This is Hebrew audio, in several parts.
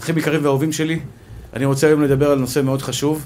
אחים יקרים ואהובים שלי, אני רוצה היום לדבר על נושא מאוד חשוב.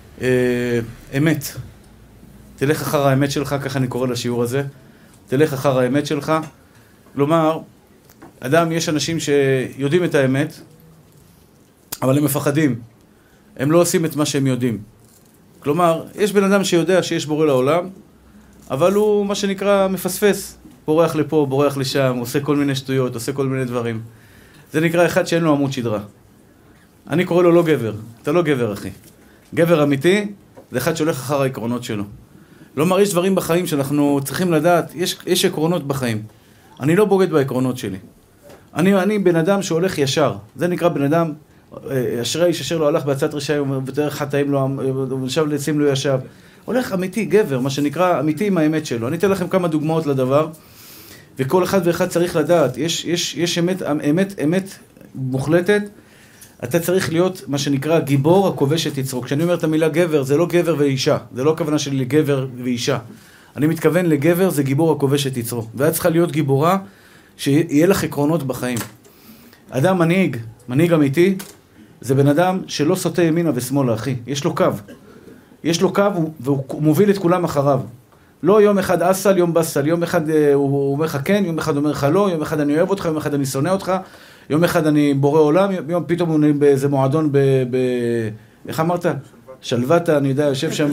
אמת. תלך אחר האמת שלך, ככה אני קורא לשיעור הזה. תלך אחר האמת שלך. כלומר, יש אנשים שיודעים את האמת, אבל הם מפחדים. הם לא עושים את מה שהם יודעים. כלומר, יש בן אדם שיודע שיש בורא לעולם, אבל הוא, מה שנקרא, מפספס. בורח לפה, בורח לשם, עושה כל מיני שטויות, עושה כל מיני דברים. זה נקרא אחד שאין לו עמוד שדרה. אני קורא לו לא גבר. אתה לא גבר, אחי. גבר אמיתי זה אחד שהולך אחר העקרונות שלו. כלומר, יש דברים בחיים שאנחנו צריכים לדעת, יש עקרונות בחיים. אני לא בוגד בעקרונות שלי. אני בן אדם שהולך ישר. זה נקרא בן אדם, אשרי האיש אשר לא הלך בעצת רשעים ובדרך חטאים לו, ושב לעצים לא ישב. הולך אמיתי, גבר, מה שנקרא אמיתי עם האמת שלו. אני אתן לכם כמה דוגמאות לדבר, וכל אחד ואחד צריך לדעת. יש אמת מוחלטת. אתה צריך להיות מה שנקרא גיבור הכובש את יצרו. כשאני אומר את המילה גבר, זה לא גבר ואישה. זה לא הכוונה שלי לגבר ואישה. אני מתכוון לגבר, זה גיבור הכובש את יצרו. ואת צריכה להיות גיבורה שיהיה לך עקרונות בחיים. אדם מנהיג אמיתי, זה בן אדם שלא סוטה ימינה ושמאלה, אחי. יש לו קו. יש לו קו והוא מוביל את כולם אחריו. לא יום אחד אסל, יום בסל. יום אחד הוא אומר לך כן, יום אחד אומר לך לא, יום אחד אני אוהב אותך, יום אחד אני שונא אותך. יום אחד אני בורא עולם, יום פתאום הוא באיזה מועדון איך אמרת? שלוותה, אני יודע, יושב שם...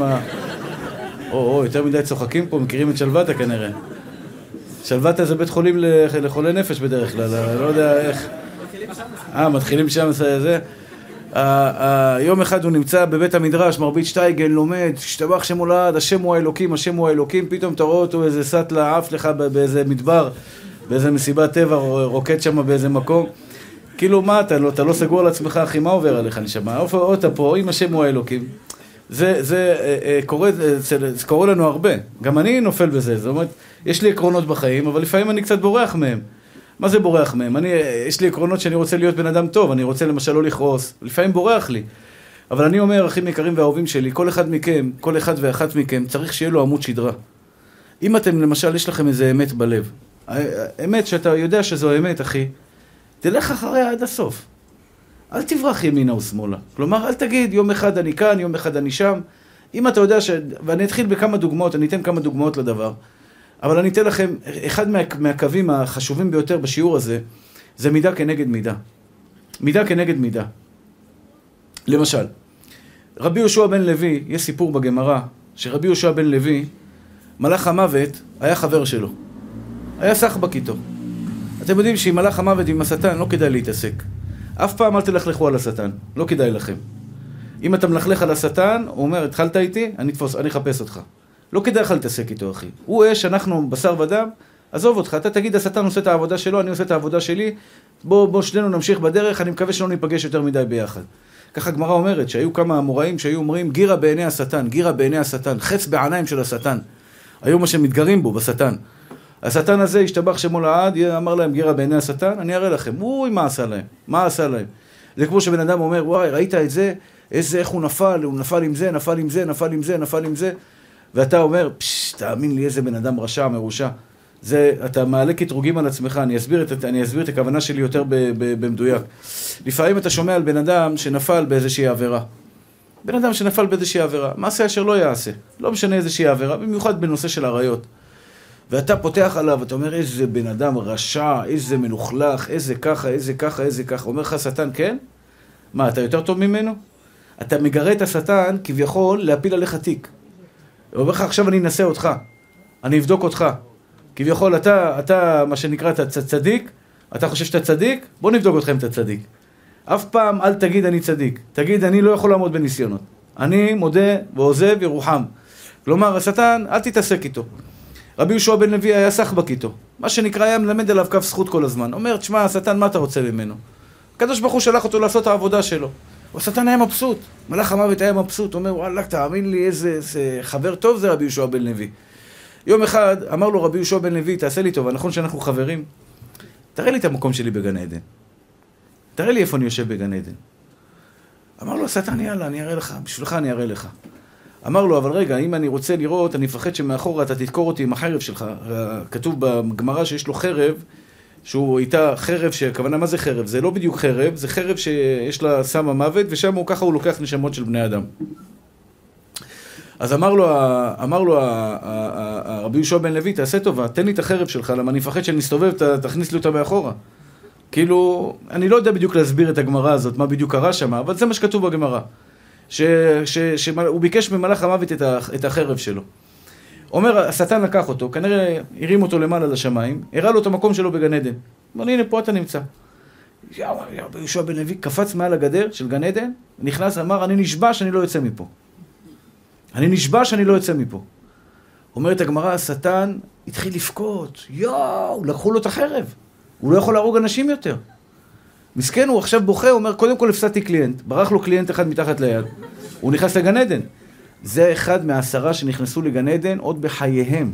יותר מדי צוחקים פה, מכירים את שלוותה כנראה. שלוותה זה בית חולים לחולי נפש בדרך כלל, לא יודע איך... מתחילים שם זה. יום אחד הוא נמצא בבית המדרש, מרבית שטייגל, לומד, השתבח שם הולד, השם הוא האלוקים, השם הוא האלוקים, פתאום אתה רואה אותו איזה סטלה עף לך באיזה מדבר, באיזה מסיבת טבע, רוקד שם באיזה מקום. כאילו מה, אתה לא סגור על עצמך, אחי, מה עובר עליך נשמה? או אתה פה, אם השם הוא האלוקים. זה קורה לנו הרבה. גם אני נופל בזה. זאת אומרת, יש לי עקרונות בחיים, אבל לפעמים אני קצת בורח מהם. מה זה בורח מהם? יש לי עקרונות שאני רוצה להיות בן אדם טוב, אני רוצה למשל לא לכעוס. לפעמים בורח לי. אבל אני אומר, אחים יקרים ואהובים שלי, כל אחד מכם, כל אחד ואחת מכם, צריך שיהיה לו עמוד שדרה. אם אתם למשל, יש לכם איזה אמת בלב. האמת שאתה יודע שזו אמת, אחי. תלך אחריה עד הסוף. אל תברח ימינה ושמאלה. כלומר, אל תגיד, יום אחד אני כאן, יום אחד אני שם. אם אתה יודע ואני אתחיל בכמה דוגמאות, אני אתן כמה דוגמאות לדבר. אבל אני אתן לכם, אחד מהקווים החשובים ביותר בשיעור הזה, זה מידה כנגד מידה. מידה כנגד מידה. למשל, רבי יהושע בן לוי, יש סיפור בגמרא, שרבי יהושע בן לוי, מלאך המוות, היה חבר שלו. היה סחבק איתו. אתם יודעים שעם מלאך המוות עם השטן לא כדאי להתעסק. אף פעם אל תלכלכו על השטן, לא כדאי לכם. אם אתה מלכלך על השטן, הוא אומר, התחלת איתי, אני אחפש אותך. לא כדאי לך להתעסק איתו, אחי. הוא אש, אנחנו בשר ודם, עזוב אותך, אתה תגיד, השטן עושה את העבודה שלו, אני עושה את העבודה שלי, בוא שנינו נמשיך בדרך, אני מקווה שלא ניפגש יותר מדי ביחד. ככה הגמרא אומרת, שהיו כמה אמוראים שהיו אומרים, גירה בעיני השטן, גירה בעיני השטן, חץ בעיניים של השטן. היו מה שמתגרים בו, בשטן. השטן הזה השתבח שמו לעד, אמר להם גירה בעיני השטן, אני אראה לכם. אוי, מה עשה להם? מה עשה להם? זה כמו שבן אדם אומר, וואי, ראית את זה? איך הוא נפל עם זה, נפל עם זה, נפל עם זה, נפל עם זה. ואתה אומר, תאמין לי איזה בן אדם רשע, מרושע. אתה מעלה קטרוגים על עצמך, אני אסביר את הכוונה שלי יותר במדויק. לפעמים אתה שומע על בן אדם שנפל באיזושהי עבירה. בן אדם שנפל באיזושהי עבירה, מעשה אשר לא יעשה. לא משנה איזושהי עבירה, במיוחד בנושא של עריות. ואתה פותח עליו, אתה אומר, איזה בן אדם רשע, איזה מלוכלך, איזה ככה, איזה ככה, איזה ככה. אומר לך שטן, כן? מה, אתה יותר טוב ממנו? אתה מגרה את השטן, כביכול, להפיל עליך תיק. הוא אומר לך, עכשיו אני אנסה אותך. אני אבדוק אותך. כביכול, אתה, מה שנקרא, אתה צדיק, אתה חושב שאתה צדיק? בוא נבדוק אותך אם אתה צדיק. אף פעם אל תגיד אני צדיק. תגיד, אני לא יכול לעמוד בניסיונות. אני מודה ועוזב ירוחם. כלומר, השטן, אל תתעסק איתו. רבי יהושע בן לוי היה סחבק איתו. מה שנקרא היה מלמד עליו כף זכות כל הזמן. אומר, תשמע, השטן, מה אתה רוצה ממנו? הקדוש ברוך הוא שלח אותו לעשות העבודה שלו. השטן היה מבסוט. מלאך המוות היה מבסוט. אומר, וואלה, תאמין לי איזה חבר טוב זה רבי יהושע בן לוי. יום אחד אמר לו רבי יהושע בן לוי, תעשה לי טובה, נכון שאנחנו חברים? תראה לי את המקום שלי בגן עדן. תראה לי איפה אני יושב בגן עדן. אמר לו, השטן, יאללה, אני אראה לך. בשבילך אני אראה לך. אמר לו, אבל רגע, אם אני רוצה לראות, אני מפחד שמאחורה אתה תדקור אותי עם החרב שלך. כתוב בגמרא שיש לו חרב שהוא איתה חרב, שהכוונה מה זה חרב? זה לא בדיוק חרב, זה חרב שיש לה סם המוות, ושם ככה הוא לוקח נשמות של בני אדם. אז אמר לו הרבי יהושע בן לוי, תעשה טובה, תן לי את החרב שלך, למה אני מפחד שאני מסתובב, תכניס לי אותה מאחורה. כאילו, אני לא יודע בדיוק להסביר את הגמרא הזאת, מה בדיוק קרה שם, אבל זה מה שכתוב בגמרא. שהוא ביקש ממלאך המוות את החרב שלו. אומר, השטן לקח אותו, כנראה הרים אותו למעלה לשמיים, הראה לו את המקום שלו בגן עדן. אמר, הנה, פה אתה נמצא. רבי יהושע בן לוי קפץ מעל הגדר של גן עדן, נכנס, אמר, אני נשבע שאני לא יוצא מפה. אני נשבע שאני לא יוצא מפה. אומרת הגמרא, השטן התחיל לבכות, לקחו לו את החרב. הוא לא יכול להרוג אנשים יותר. מסכן, הוא עכשיו בוכה, הוא אומר, קודם כל הפסדתי קליינט, ברח לו קליינט אחד מתחת ליד. הוא נכנס לגן עדן. זה אחד מה10 שנכנסו לגן עדן עוד בחייהם.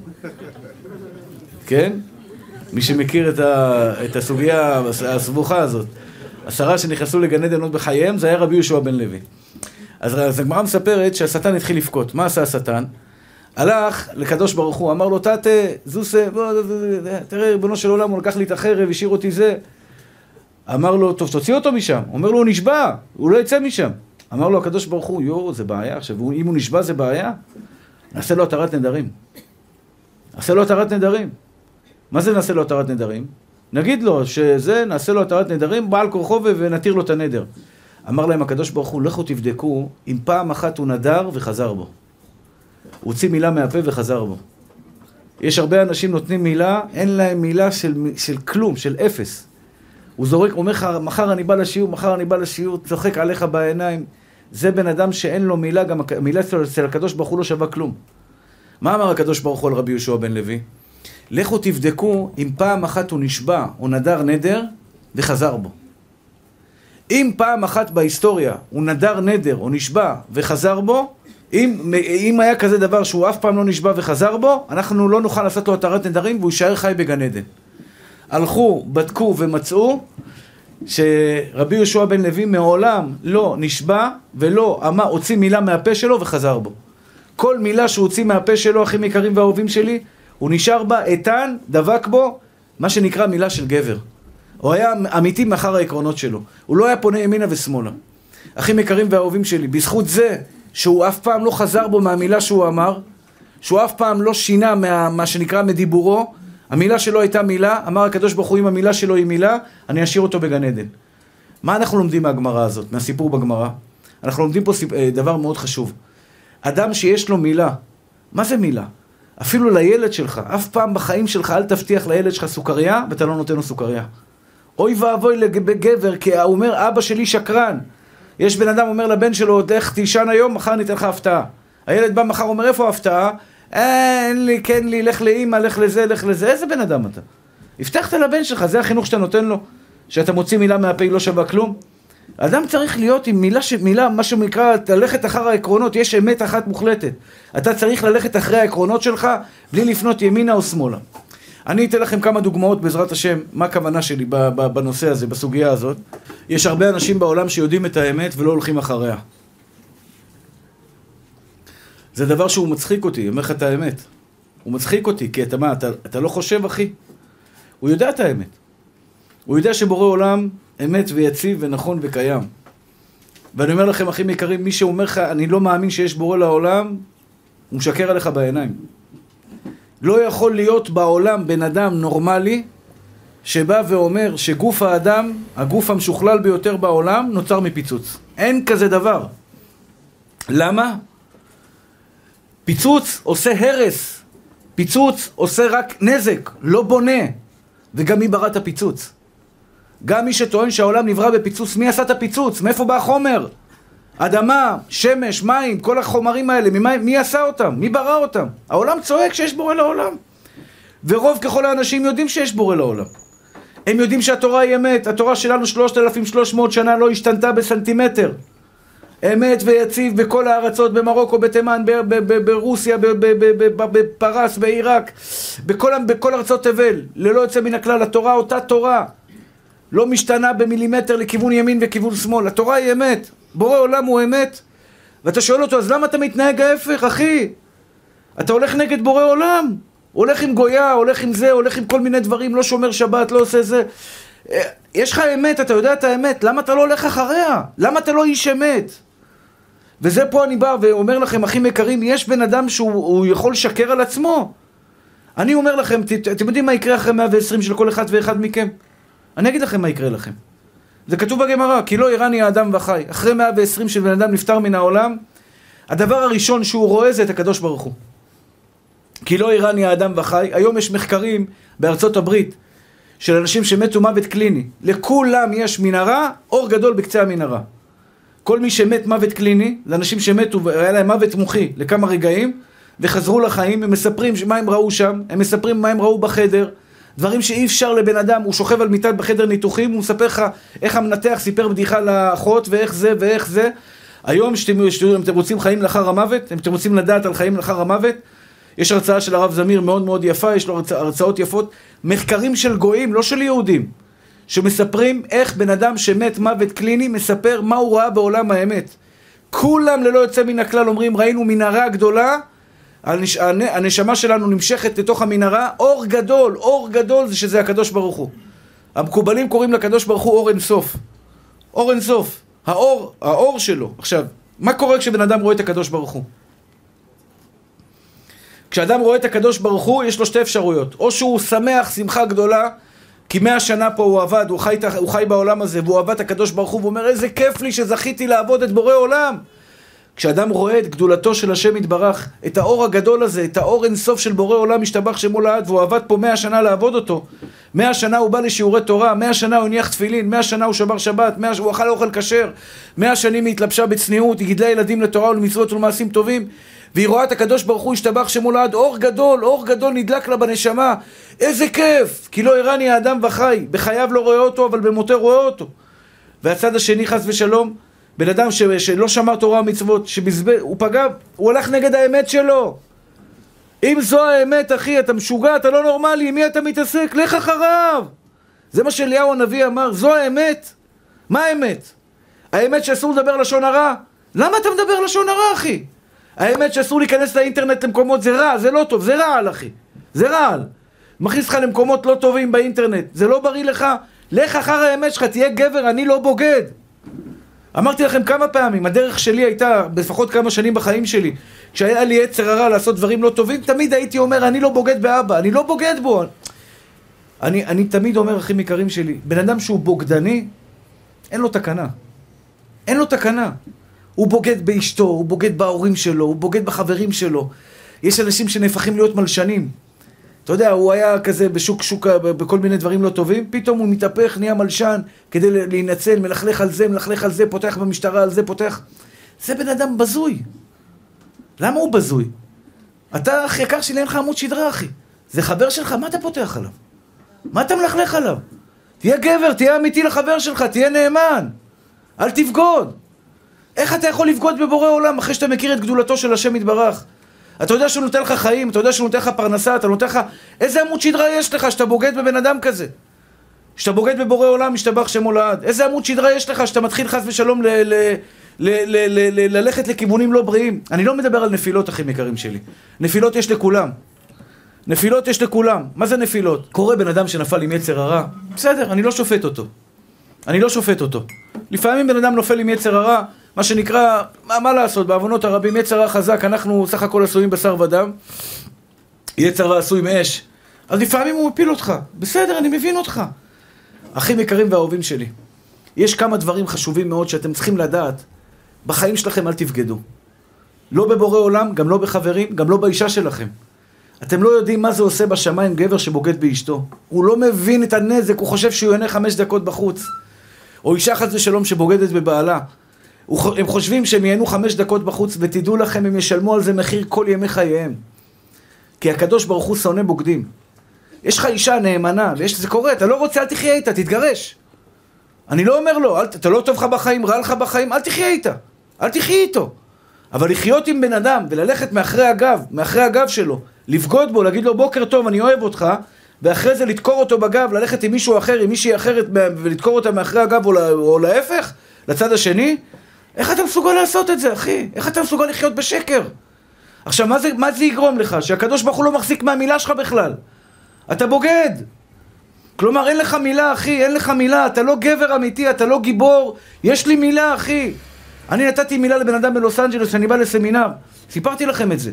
כן? מי שמכיר את הסוגיה הסבוכה הזאת. 10 שנכנסו לגן עדן עוד בחייהם, זה היה רבי יהושע בן לוי. אז הגמרא מספרת שהשטן התחיל לבכות. מה עשה השטן? הלך לקדוש ברוך הוא, אמר לו, תתה, זוסה, תראה, ריבונו של עולם, הוא לקח לי את החרב, השאיר אותי זה. אמר לו, טוב, תוציא אותו משם. אומר לו, הוא נשבע, הוא לא יצא משם. אמר לו הקדוש ברוך הוא, זה בעיה. עכשיו, אם הוא נשבע זה בעיה, נעשה לו התרת נדרים. נעשה לו התרת נדרים. מה זה נעשה לו התרת נדרים? נגיד לו שזה, נעשה לו התרת נדרים, בעל כורחו ונתיר לו את הנדר. אמר להם הקדוש ברוך הוא, לכו תבדקו אם פעם אחת הוא נדר וחזר בו. הוא הוציא מילה מהפה וחזר בו. יש הרבה אנשים נותנים מילה, אין להם מילה של כלום, של אפס. הוא זורק, אומר לך, מחר אני בא לשיעור, צוחק עליך בעיניים. זה בן אדם שאין לו מילה, גם המילה אצל הקדוש ברוך הוא לא שווה כלום. מה אמר הקדוש ברוך הוא על רבי יהושע בן לוי? לכו תבדקו אם פעם אחת הוא נשבע או נדר נדר וחזר בו. אם פעם אחת בהיסטוריה הוא נדר נדר או נשבע וחזר בו, אם היה כזה דבר שהוא אף פעם לא נשבע וחזר בו, אנחנו לא נוכל לעשות לו התרת נדרים והוא יישאר חי בגן עדן. הלכו, בדקו ומצאו שרבי יהושע בן לוי מעולם לא נשבע ולא הוציא מילה מהפה שלו וחזר בו. כל מילה שהוא הוציא מהפה שלו, אחים יקרים ואהובים שלי, הוא נשאר בה איתן, דבק בו, מה שנקרא מילה של גבר. הוא היה אמיתי מאחר העקרונות שלו. הוא לא היה פונה ימינה ושמאלה. אחים יקרים ואהובים שלי, בזכות זה שהוא אף פעם לא חזר בו מהמילה שהוא אמר, שהוא אף פעם לא שינה מה שנקרא מדיבורו, המילה שלו הייתה מילה, אמר הקדוש ברוך הוא, אם המילה שלו היא מילה, אני אשאיר אותו בגן עדן. מה אנחנו לומדים מהגמרא הזאת, מהסיפור בגמרא? אנחנו לומדים פה דבר מאוד חשוב. אדם שיש לו מילה, מה זה מילה? אפילו לילד שלך, אף פעם בחיים שלך אל תבטיח לילד שלך סוכריה, ואתה לא נותן לו סוכריה. אוי ואבוי לגבר, כי הוא אומר, אבא שלי שקרן. יש בן אדם אומר לבן שלו, לך תישן היום, מחר ניתן לך הפתעה. הילד בא מחר, אומר, איפה ההפתעה? אין לי, כן לי, לך לאמא, לך לזה, לך לזה. איזה בן אדם אתה? הבטחת לבן שלך, זה החינוך שאתה נותן לו, שאתה מוציא מילה מהפה, היא לא שווה כלום. אדם צריך להיות עם מילה, מה שנקרא, ללכת אחר העקרונות, יש אמת אחת מוחלטת. אתה צריך ללכת אחרי העקרונות שלך, בלי לפנות ימינה או שמאלה. אני אתן לכם כמה דוגמאות בעזרת השם, מה הכוונה שלי בנושא הזה, בסוגיה הזאת. יש הרבה אנשים בעולם שיודעים את האמת ולא הולכים אחריה. זה דבר שהוא מצחיק אותי, אומר לך את האמת. הוא מצחיק אותי, כי אתה לא חושב, אחי? הוא יודע את האמת. הוא יודע שבורא עולם אמת ויציב ונכון וקיים. ואני אומר לכם, אחים יקרים, מי שאומר לך, אני לא מאמין שיש בורא לעולם, הוא משקר עליך בעיניים. לא יכול להיות בעולם בן אדם נורמלי, שבא ואומר שגוף האדם, הגוף המשוכלל ביותר בעולם, נוצר מפיצוץ. אין כזה דבר. למה? פיצוץ עושה הרס. פיצוץ עושה רק נזק, לא בונה. וגם מי ברא את הפיצוץ? גם מי שטוען שהעולם נברא בפיצוץ, מי עשה את הפיצוץ? מאיפה בא החומר? אדמה, שמש, מים, כל החומרים האלה, מי עשה אותם? מי ברא אותם? העולם צועק שיש בורא לעולם. ורוב ככל האנשים יודעים שיש בורא לעולם. הם יודעים שהתורה היא אמת. התורה שלנו 3,300 שנה לא השתנתה בסנטימטר. אמת ויציב בכל הארצות, במרוקו, בתימן, ברוסיה, בפרס, בעיראק, בכל ארצות תבל. ללא יוצא מן הכלל, התורה אותה תורה. לא משתנה במילימטר לכיוון ימין וכיוון שמאל. התורה היא אמת. בורא עולם הוא אמת. ואתה שואל אותו, אז למה אתה מתנהג ההפך, אחי? אתה הולך נגד בורא עולם. הולך עם גויה, הולך עם זה, הולך עם כל מיני דברים, לא שומר שבת, לא עושה זה. יש לך אמת, אתה יודע את האמת, למה אתה לא הולך אחריה? למה אתה לא איש אמת? וזה פה אני בא ואומר לכם, אחים יקרים, יש בן אדם שהוא יכול לשקר על עצמו. אני אומר לכם, אתם יודעים מה יקרה אחרי 120 של כל אחד ואחד מכם? אני אגיד לכם מה יקרה לכם. זה כתוב בגמרא, כי לא יראני האדם וחי. אחרי 120 של בן אדם נפטר מן העולם, הדבר הראשון שהוא רואה זה את הקדוש ברוך הוא. כי לא יראני האדם וחי. היום יש מחקרים בארצות הברית של אנשים שמתו מוות קליני. לכולם יש מנהרה, אור גדול בקצה המנהרה. כל מי שמת מוות קליני, לאנשים שמתו והיה להם מוות מוחי לכמה רגעים, וחזרו לחיים, הם מספרים מה הם ראו שם, הם מספרים מה הם ראו בחדר, דברים שאי אפשר לבן אדם, הוא שוכב על מיטת בחדר ניתוחים, הוא מספר לך איך המנתח סיפר בדיחה לאחות ואיך זה ואיך זה. היום אם אתם רוצים חיים לאחר המוות, אם אתם רוצים לדעת על חיים לאחר המוות, יש הרצאה של הרב זמיר מאוד מאוד יפה, יש לו הרצאות יפות, מחקרים של גויים, לא של יהודים, שמספרים איך בן אדם שמת מוות קליני מספר מה הוא ראה בעולם האמת. כולם ללא יוצא מן הכלל אומרים, ראינו מנהרה גדולה, הנשמה שלנו נמשכת לתוך המנהרה, אור גדול זה שזה הקדוש ברוך הוא. המקובלים קוראים לקדוש ברוך הוא אור אינסוף. אור אינסוף, האור שלו. עכשיו, מה קורה כשבן אדם רואה את הקדוש ברוך הוא? כשאדם רואה את הקדוש ברוך הוא, יש לו שתי אפשרויות. או שהוא שמח שמחה גדולה, כי 100 שנה פה הוא עבד, הוא חי בעולם הזה, והוא עבד את הקדוש ברוך הוא, והוא אומר, איזה כיף לי שזכיתי לעבוד את בורא עולם. כשאדם רואה את גדולתו של השם יתברך, את האור הגדול הזה, את האור אינסוף של בורא עולם, משתבח שמו לעד, והוא עבד פה 100 שנה לעבוד אותו. 100 שנה הוא בא לשיעורי תורה, 100 שנה הוא הניח תפילין, 100 שנה הוא שבר שבת, 100 הוא אכל אוכל כשר, 100 שנים היא התלבשה בצניעות, היא גידלה ילדים לתורה ולמצוות ולמעשים טובים, והיא רואה את הקדוש ברוך הוא, השתבח שמו לעד, אור גדול נדלק לה בנשמה. איזה כיף! כי לא יראני האדם וחי, בחייו לא רואה אותו, אבל במותו רואה אותו. והצד השני, חס ושלום, בן אדם שלא שמר תורה ומצוות, הוא פגע, הוא הלך נגד האמת שלו. אם זו האמת, אחי, אתה משוגע, אתה לא נורמלי, עם מי אתה מתעסק? לך אחריו. זה מה שאליהו הנביא אמר, זו האמת. מה האמת? האמת שאסור לדבר לשון הרע? למה אתה מדבר לשון הרע, אחי? האמת שאסור להיכנס לאינטרנט למקומות, זה רע, זה לא טוב, זה רעל, אחי. זה רעל. מכניס לך למקומות לא טובים באינטרנט, זה לא בריא לך. לך אחר האמת שלך, תהיה גבר, אני לא בוגד. אמרתי לכם כמה פעמים, הדרך שלי הייתה, לפחות כמה שנים בחיים שלי, כשהיה לי יצר הרע לעשות דברים לא טובים, תמיד הייתי אומר, אני לא בוגד באבא, אני לא בוגד בו. אני תמיד אומר, אחים יקרים שלי, בן אדם שהוא בוגדני, אין לו תקנה. אין לו תקנה. הוא בוגד באשתו, הוא בוגד בהורים שלו, הוא בוגד בחברים שלו. יש אנשים שנהפכים להיות מלשנים. אתה יודע, הוא היה כזה בשוק, בכל מיני דברים לא טובים, פתאום הוא מתהפך, נהיה מלשן, כדי להינצל, מלכלך על זה, פותח במשטרה על זה, פותח. זה בן אדם בזוי. למה הוא בזוי? אתה, אחי, יקר שלי, אין לך עמוד שדרה, אחי. זה חבר שלך, מה אתה פותח עליו? מה אתה מלכלך עליו? תהיה גבר, תהיה אמיתי לחבר שלך, תהיה נאמן. אל תבגוד. איך אתה יכול לבגוד בבורא עולם אחרי שאתה מכיר את גדולתו של השם יתברך? אתה יודע שהוא נותן לך חיים, אתה יודע שהוא נותן לך פרנסה, אתה נותן לך... איזה עמוד שדרה יש לך שאתה בוגד בבן אדם כזה? שאתה בוגד בבורא עולם, משתבח שמו לעד. איזה עמוד שדרה יש לך שאתה מתחיל חס ושלום ללכת לכיוונים לא בריאים? אני לא מדבר על נפילות, אחים יקרים שלי. נפילות יש לכולם. נפילות יש לכולם. מה זה נפילות? קורא בן אדם שנפל עם יצר הרע. בסדר, אני לא שופט אותו. אני לא שופט אותו. לפעמים בן אדם נופל עם יצר הרע, מה שנקרא, מה לעשות, בעוונות הרבים, יצר הרע חזק, אנחנו סך הכל עשויים בשר ודם, יצר הרע עשוי מאש, אז לפעמים הוא מפיל אותך, בסדר, אני מבין אותך. אחים יקרים ואהובים שלי, יש כמה דברים חשובים מאוד שאתם צריכים לדעת, בחיים שלכם אל תבגדו. לא בבורא עולם, גם לא בחברים, גם לא באישה שלכם. אתם לא יודעים מה זה עושה בשמיים גבר שבוגד באשתו. הוא לא מבין את הנזק, הוא חושב שהוא יענה 5 דקות בחוץ. או אישה חס ושלום שבוגדת בבעלה. הם חושבים שהם ייהנו 5 דקות בחוץ, ותדעו לכם, הם ישלמו על זה מחיר כל ימי חייהם. כי הקדוש ברוך הוא שונא בוגדים. יש לך אישה נאמנה, זה קורה, אתה לא רוצה, אל תחיה איתה, תתגרש. אני לא אומר לו, אתה לא טוב לך בחיים, רע לך בחיים, אל תחיה איתה. אל תחיה איתו. אבל לחיות עם בן אדם, וללכת מאחרי הגב שלו, לבגוד בו, להגיד לו בוקר טוב, אני אוהב אותך, ואחרי זה לתקור אותו בגב, ללכת עם מישהו אחר, עם מישהי אחרת, ולתקור אותה מאחרי הגב, או להפך, לצד השני, איך אתה מסוגל לעשות את זה, אחי? איך אתה מסוגל לחיות בשקר? עכשיו, מה זה יגרום לך? שהקדוש ברוך הוא לא מחזיק מהמילה שלך בכלל. אתה בוגד. כלומר, אין לך מילה, אחי, אין לך מילה. אתה לא גבר אמיתי, אתה לא גיבור. יש לי מילה, אחי. אני נתתי מילה לבן אדם בלוס אנג'לס, שאני בא לסמינר. סיפרתי לכם את זה.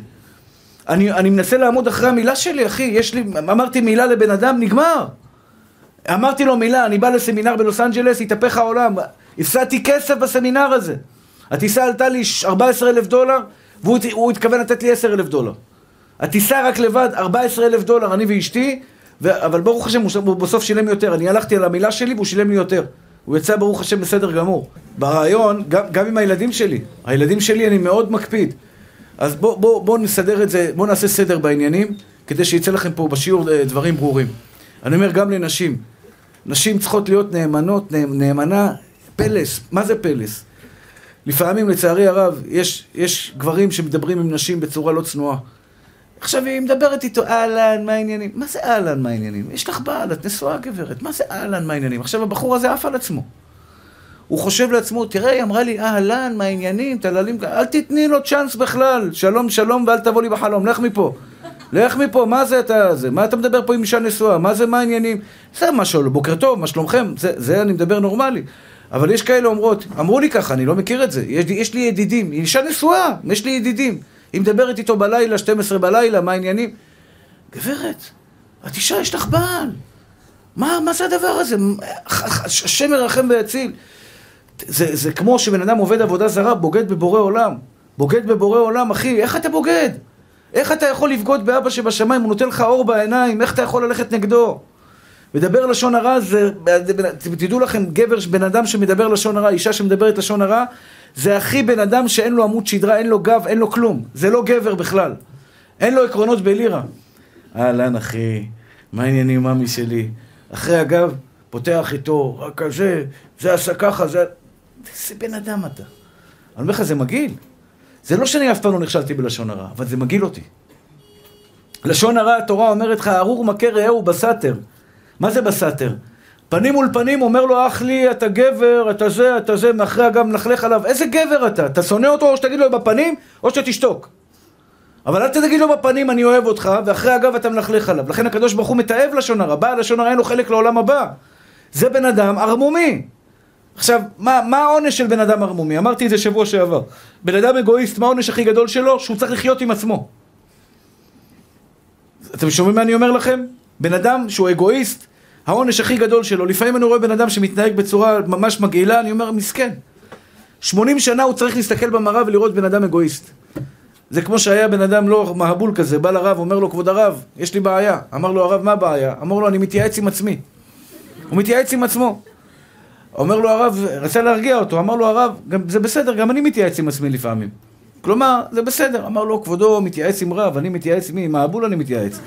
אני מנסה לעמוד אחרי המילה שלי, אחי. אמרתי מילה לבן אדם, נגמר. אמרתי לו מילה, אני בא לסמינר בלוס אנג'לס, התהפך העולם. הפסדתי כסף בסמינר הזה. הטיסה עלתה לי $14,000, והוא התכוון לתת לי $10,000. הטיסה רק לבד, $14,000, אני ואשתי, אבל ברוך השם, הוא בסוף שילם לי יותר. אני הלכתי על המילה שלי, והוא שילם לי יותר. הוא יצא ברוך השם בסדר גמור. ברעיון, גם עם הילדים שלי. הילדים שלי אני מאוד מקפיד. אז בואו נסדר את זה, בואו נעשה סדר בעניינים, כדי שיצא לכם פה בשיעור דברים ברורים. אני אומר גם לנשים. נשים צריכות להיות נאמנות, נאמנה, פלס. מה זה פלס? לפעמים, לצערי הרב, יש גברים שמדברים עם נשים בצורה לא צנועה. עכשיו היא מדברת איתו, אהלן, מה העניינים? מה זה אהלן, מה העניינים? יש לך בעל, את נשואה גברת, מה זה אהלן, מה העניינים? עכשיו הבחור הזה עף על עצמו. הוא חושב לעצמו, תראה, היא אמרה לי, אהלן, מה העניינים? תללים, אל תתני לו צ'אנס בכלל, שלום, שלום, ואל תבוא לי בחלום, לך מפה. לך מפה, מה זה אתה זה? מה אתה מדבר פה עם אישה נשואה? מה זה, מה העניינים? זה משהו, בוקר טוב, מה שלומכם? זה אני מדבר נורמלי. אבל יש כאלה אומרות, אמרו לי ככה, אני לא מכיר את זה. יש לי ידידים, היא אישה נשואה, יש לי ידידים. היא מדברת איתו בלילה, 12 בלילה, מה העניינים? גברת, את אישה, יש לך בעל. מה זה הדבר הזה? השם ירחם ויציל. זה כמו שבן אדם עובד עבודה זרה, בוגד בבורא עולם. בוגד בבורא עולם, אחי, איך אתה בוגד? איך אתה יכול לבגוד באבא שבשמיים? הוא נותן לך אור בעיניים, איך אתה יכול ללכת נגדו? מדבר לשון הרע, תדעו לכם, בן אדם שמדבר לשון הרע, אישה שמדברת לשון הרע, זה הכי בן אדם שאין לו עמוד שדרה, אין לו גב, אין לו כלום. זה לא גבר בכלל. אין לו עקרונות בלירה. אהלן אחי, מה העניינים ממי שלי? אחרי הגב, פותח איתו, רק זה עשה ככה, זה בן אדם אתה. אני אומר לך, זה מגעיל. זה לא שאני אף פעם לא נכשלתי בלשון הרע, אבל זה מגעיל אותי. לשון הרע, התורה אומרת לך, ארור מכה רעהו בסתר. מה זה בסתר? פנים מול פנים אומר לו, אח לי, אתה גבר, אתה זה, מאחרי הגב מלכלך עליו. איזה גבר אתה? אתה שונא אותו או שתגיד לו בפנים, או שתשתוק. אבל אל תגיד לו בפנים, אני אוהב אותך, ואחרי הגב אתה מלכלך עליו. לכן הקדוש ברוך הוא מתאהב לשון הרע, בעל לשון הרע אין לו חלק לעולם הבא. זה בן אדם ערמומי. עכשיו, מה העונש של בן אדם ערמומי? אמרתי את זה שבוע שעבר. בן אדם אגואיסט, מה העונש הכי גדול שלו? שהוא צריך לחיות עם עצמו. אתם שומעים מה אני אומר לכם? בן אדם שהוא אגואיסט, העונש הכי גדול שלו, לפעמים אני רואה בן אדם שמתנהג בצורה ממש מגעילה, אני אומר, מסכן. 80 שנה הוא צריך להסתכל במראה ולראות בן אדם אגואיסט. זה כמו שהיה בן אדם לא מהבול כזה, בא לרב, אומר לו, כבוד הרב, יש לי בעיה. אמר לו, הרב, מה הבעיה? אמר לו, אני מתייעץ עם עצמי. הוא מתייעץ עם עצמו. אומר לו הרב, רצה להרגיע אותו, אמר לו הרב, זה בסדר, גם אני מתייעץ עם עצמי לפעמים. כלומר, זה בסדר. אמר לו, כבודו מתייעץ עם רב, אני מתייעץ עם מהבול אני מתייעץ.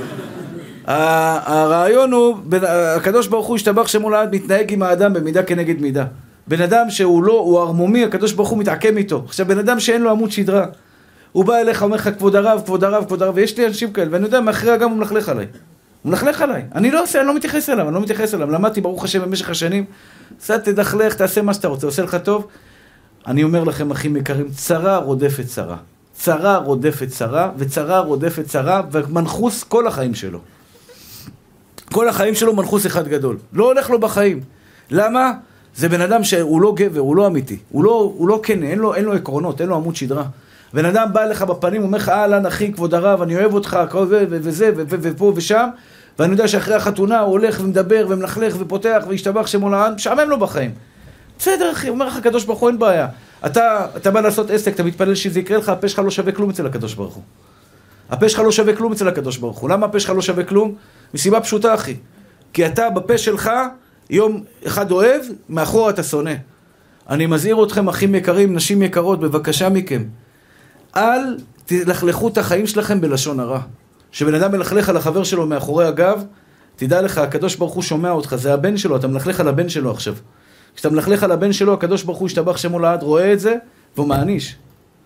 הרעיון הוא, הקדוש ברוך הוא השתבח שמו לעד, מתנהג עם האדם במידה כנגד מידה. בן אדם שהוא לא, הוא ערמומי, הקדוש ברוך הוא מתעקם איתו. עכשיו, בן אדם שאין לו עמוד שדרה, הוא בא אליך, אומר לך, כבוד הרב, כבוד הרב, כבוד הרב, ויש לי אנשים כאלה, ואני יודע, מאחרי הגם הוא מלכלך עליי. הוא מלכלך עליי. אני לא מתייחס אליו, אני לא מתייחס אליו. למדתי, ברוך השם, במשך השנים, קצת תדחלך, תעשה מה שאתה רוצה, עושה לך טוב. אני אומר לכם, אחים יקרים, צרה רודפת צרה. צרה רודפת צרה, וצרה רודפת צרה, ומנחוס כל החיים שלו. כל החיים שלו מנחוס אחד גדול. לא הולך לו בחיים. למה? זה בן אדם שהוא לא גבר, הוא לא אמיתי. הוא לא כן, אין לו עקרונות, אין לו עמוד שדרה. בן אדם בא לך בפנים, אומר לך, אהלן אחי, כבוד הרב, אני אוהב אותך, וזה, ופה ושם, ואני יודע שאחרי החתונה הוא הולך ומדבר ומלכלך ופותח וישתבח שמו לעד, משעמם לו בחיים. בסדר אחי, אומר לך הקדוש ברוך הוא, אין בעיה. אתה בא לעשות עסק, אתה מתפלל שזה יקרה לך, הפה שלך לא שווה כלום אצל הקדוש ברוך הוא. הפה שלך לא שווה כלום אצל הקדוש ברוך הוא. למה הפה שלך לא שווה כלום? מסיבה פשוטה אחי. כי אתה בפה שלך יום אחד אוהב, מאחור אתה שונא. אני מזהיר אתכם אחים יקרים, נשים יקרות, בבקשה מכם. אל תלכלכו את החיים שלכם בלשון הרע. שבן אדם מלכלך על החבר שלו מאחורי הגב, תדע לך, הקדוש ברוך הוא שומע אותך, זה הבן שלו, אתה מלכלך על הבן שלו עכשיו. כשאתה מלכלך על הבן שלו, הקדוש ברוך הוא השתבח שמו לעד, רואה את זה, והוא מעניש.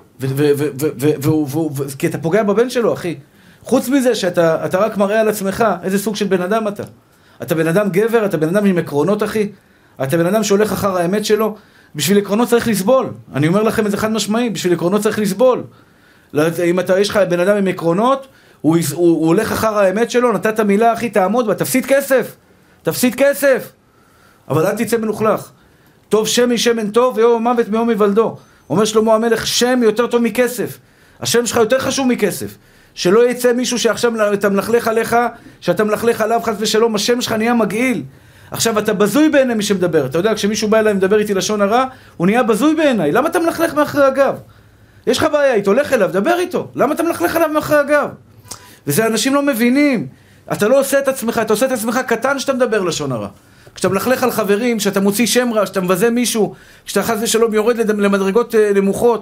כי אתה פוגע בבן שלו, אחי. חוץ מזה שאתה רק מראה על עצמך, איזה סוג של בן אדם אתה. אתה בן אדם גבר, אתה בן אדם עם עקרונות, אחי. אתה בן אדם שהולך אחר האמת שלו. בשביל עקרונות צריך לסבול. אני אומר לכם את זה חד משמעי, בשביל עקרונות צריך לסבול. אם יש לך בן אדם עם עקרונות, הוא הולך אחר האמת שלו, נתת מילה, אחי, תעמוד בה, תפסיד כסף. אבל אל תצא מלוכלך. טוב שם משמן טוב, ויום המוות מיום היוולדו. אומר שלמה המלך, שם יותר טוב מכסף. השם שלך יותר חשוב מכסף. שלא יצא מישהו שעכשיו אתה מלכלך עליך, שאתה מלכלך עליו חס ושלום, השם שלך נהיה מגעיל. עכשיו אתה בזוי בעיני מי שמדבר. אתה יודע, כשמישהו בא אליי מדבר איתי לשון הרע, הוא נהיה בזוי בעיניי. למה אתה מלכלך מאחרי הגב? יש לך בעיה איתו, הולך אליו, דבר איתו. למה אתה מלכלך עליו מאחרי הגב? וזה אנשים לא מבינים. אתה לא עושה את עצמך, אתה עושה את עצמך קטן שאתה מדבר לשון הרע. כשאתה מלכלך על חברים, כשאתה מוציא שם רע, כשאתה מבזה מישהו, כשאתה חס ושלום יורד למדרגות נמוכות,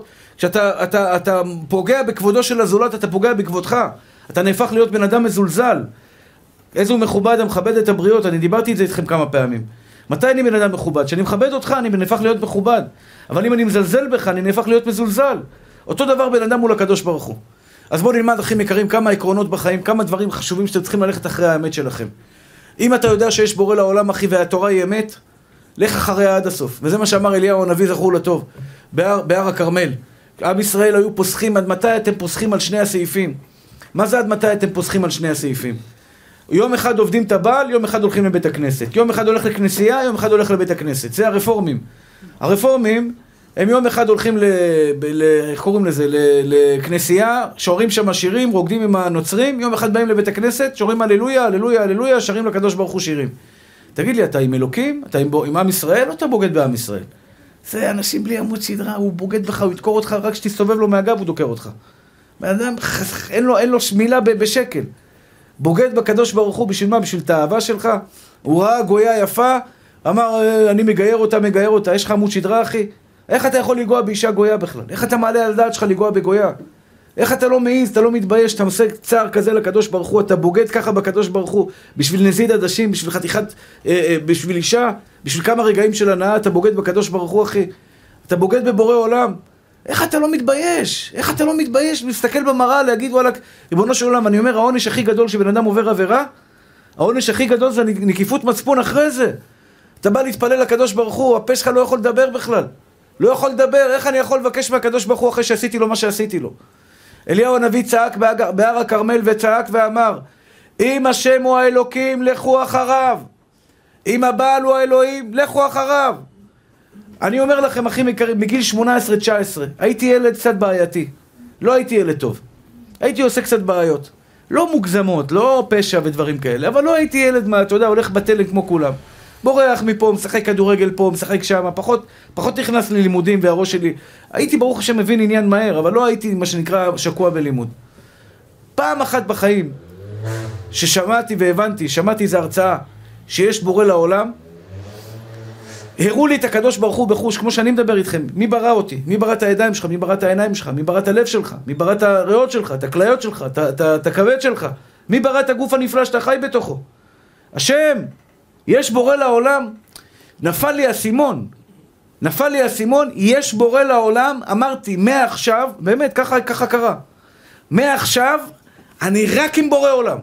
כשאתה פוגע בכבודו של הזולת, אתה פוגע בכבודך. אתה נהפך להיות בן אדם מזולזל. איזה הוא מכובד, המכבד את הבריות. אני דיברתי את זה איתכם כמה פעמים. מתי אני בן אדם מכובד? כשאני מכבד אותך, אני נהפך להיות מכובד. אבל אם אני מזלזל בך, אני נהפך להיות מזולזל. אותו דבר בן אדם מול הקדוש ברוך הוא. אז בואו נלמד, אחים יקרים, כמה עקרונות בחיים, כמה דברים חשובים שאתם צריכים ללכת אחרי האמת שלכם. אם אתה יודע שיש בורא לעולם, אחי, והתורה היא אמת, לך אחריה עד הסוף. וזה מה שאמר אליהו הנביא, זכור לטוב, בהר הכרמל. עם ישראל היו פוסחים, עד מתי אתם פוסחים על שני הסעיפים? מה זה עד מתי אתם פוסחים על שני הסעיפים? יום אחד עובדים את הבעל, יום אחד הולכים לבית הכנסת. יום אחד הולך לכנסייה, יום אחד הולך לבית הכנסת. זה הרפורמים. הרפורמים, הם יום אחד הולכים איך קוראים לזה? לכנסייה, שרים שם שירים, רוקדים עם הנוצרים, יום אחד באים לבית הכנסת, שרים הללויה, הללויה, הללויה, שרים לקדוש ברוך הוא שירים. תגיד לי, אתה עם אלוקים? אתה עם עם ישראל או אתה בוגד בעם ישראל? זה אנשים בלי עמוד שדרה, הוא בוגד בך, הוא ידקור אותך, רק שתסתובב לו מהגב הוא דוקר אותך. באדם, אין לו שמילה בשקל. בוגד בקדוש ברוך הוא, בשביל מה? בשביל תאווה שלך? הוא ראה גויה יפה, אמר, אני מגייר אותה, יש לך עמוד שדרה, אחי? איך אתה יכול לגוע באישה גויה בכלל? איך אתה מעלה על דעת שלך לגוע בגויה? איך אתה לא מעיז, אתה לא מתבייש, אתה עושה צער כזה לקדוש ברוך הוא, אתה בוגד ככה בקדוש ברוך הוא, בשביל נזיד עדשים, בשביל חתיכת, בשביל אישה, בשביל כמה רגעים של הנאה, אתה בוגד בקדוש ברוך הוא, אחי. אתה בוגד בבורא עולם. איך אתה לא מתבייש? איך אתה לא מתבייש? להסתכל במראה, להגיד, וואלה, ריבונו של עולם, אני אומר, העונש הכי גדול שבן אדם עובר עבירה, העונש הכי גדול זה נקיפות מצפון אחרי זה. אתה בא להתפלל לקדוש ברוך הוא, הפה שלך לא יכול לדבר בכלל. לא יכול לדבר, איך אני יכול לבקש מהקדוש ברוך הוא אחרי שעשיתי לו מה שעשיתי לו? אליהו הנביא צעק בהר הכרמל וצעק ואמר, אם השם הוא האלוקים, לכו אחריו. אם הבעל הוא האלוהים, לכו אחריו. אני אומר לכם, אחים יקרים, מגיל 18-19, הייתי ילד קצת בעייתי. לא הייתי ילד טוב. הייתי עושה קצת בעיות. לא מוגזמות, לא פשע ודברים כאלה, אבל לא הייתי ילד, אתה יודע, הולך בתלם כמו כולם. בורח מפה, משחק כדורגל פה, משחק שם, פחות נכנס ללימודים והראש שלי. הייתי ברוך השם מבין עניין מהר, אבל לא הייתי מה שנקרא שקוע בלימוד. פעם אחת בחיים, ששמעתי והבנתי, שמעתי איזו הרצאה, שיש בורא לעולם, הראו לי את הקדוש ברוך הוא בחוש, כמו שאני מדבר איתכם. מי ברא אותי? מי ברא את הידיים שלך? מי ברא את העיניים שלך? מי ברא את הלב שלך? מי ברא את הריאות שלך? את הכליות שלך? את הכבד שלך? מי ברא את הגוף הנפלא שאתה חי בתוכו? השם! יש בורא לעולם, נפל לי האסימון, יש בורא לעולם, אמרתי, מעכשיו, באמת, ככה קרה, מעכשיו, אני רק עם בורא עולם,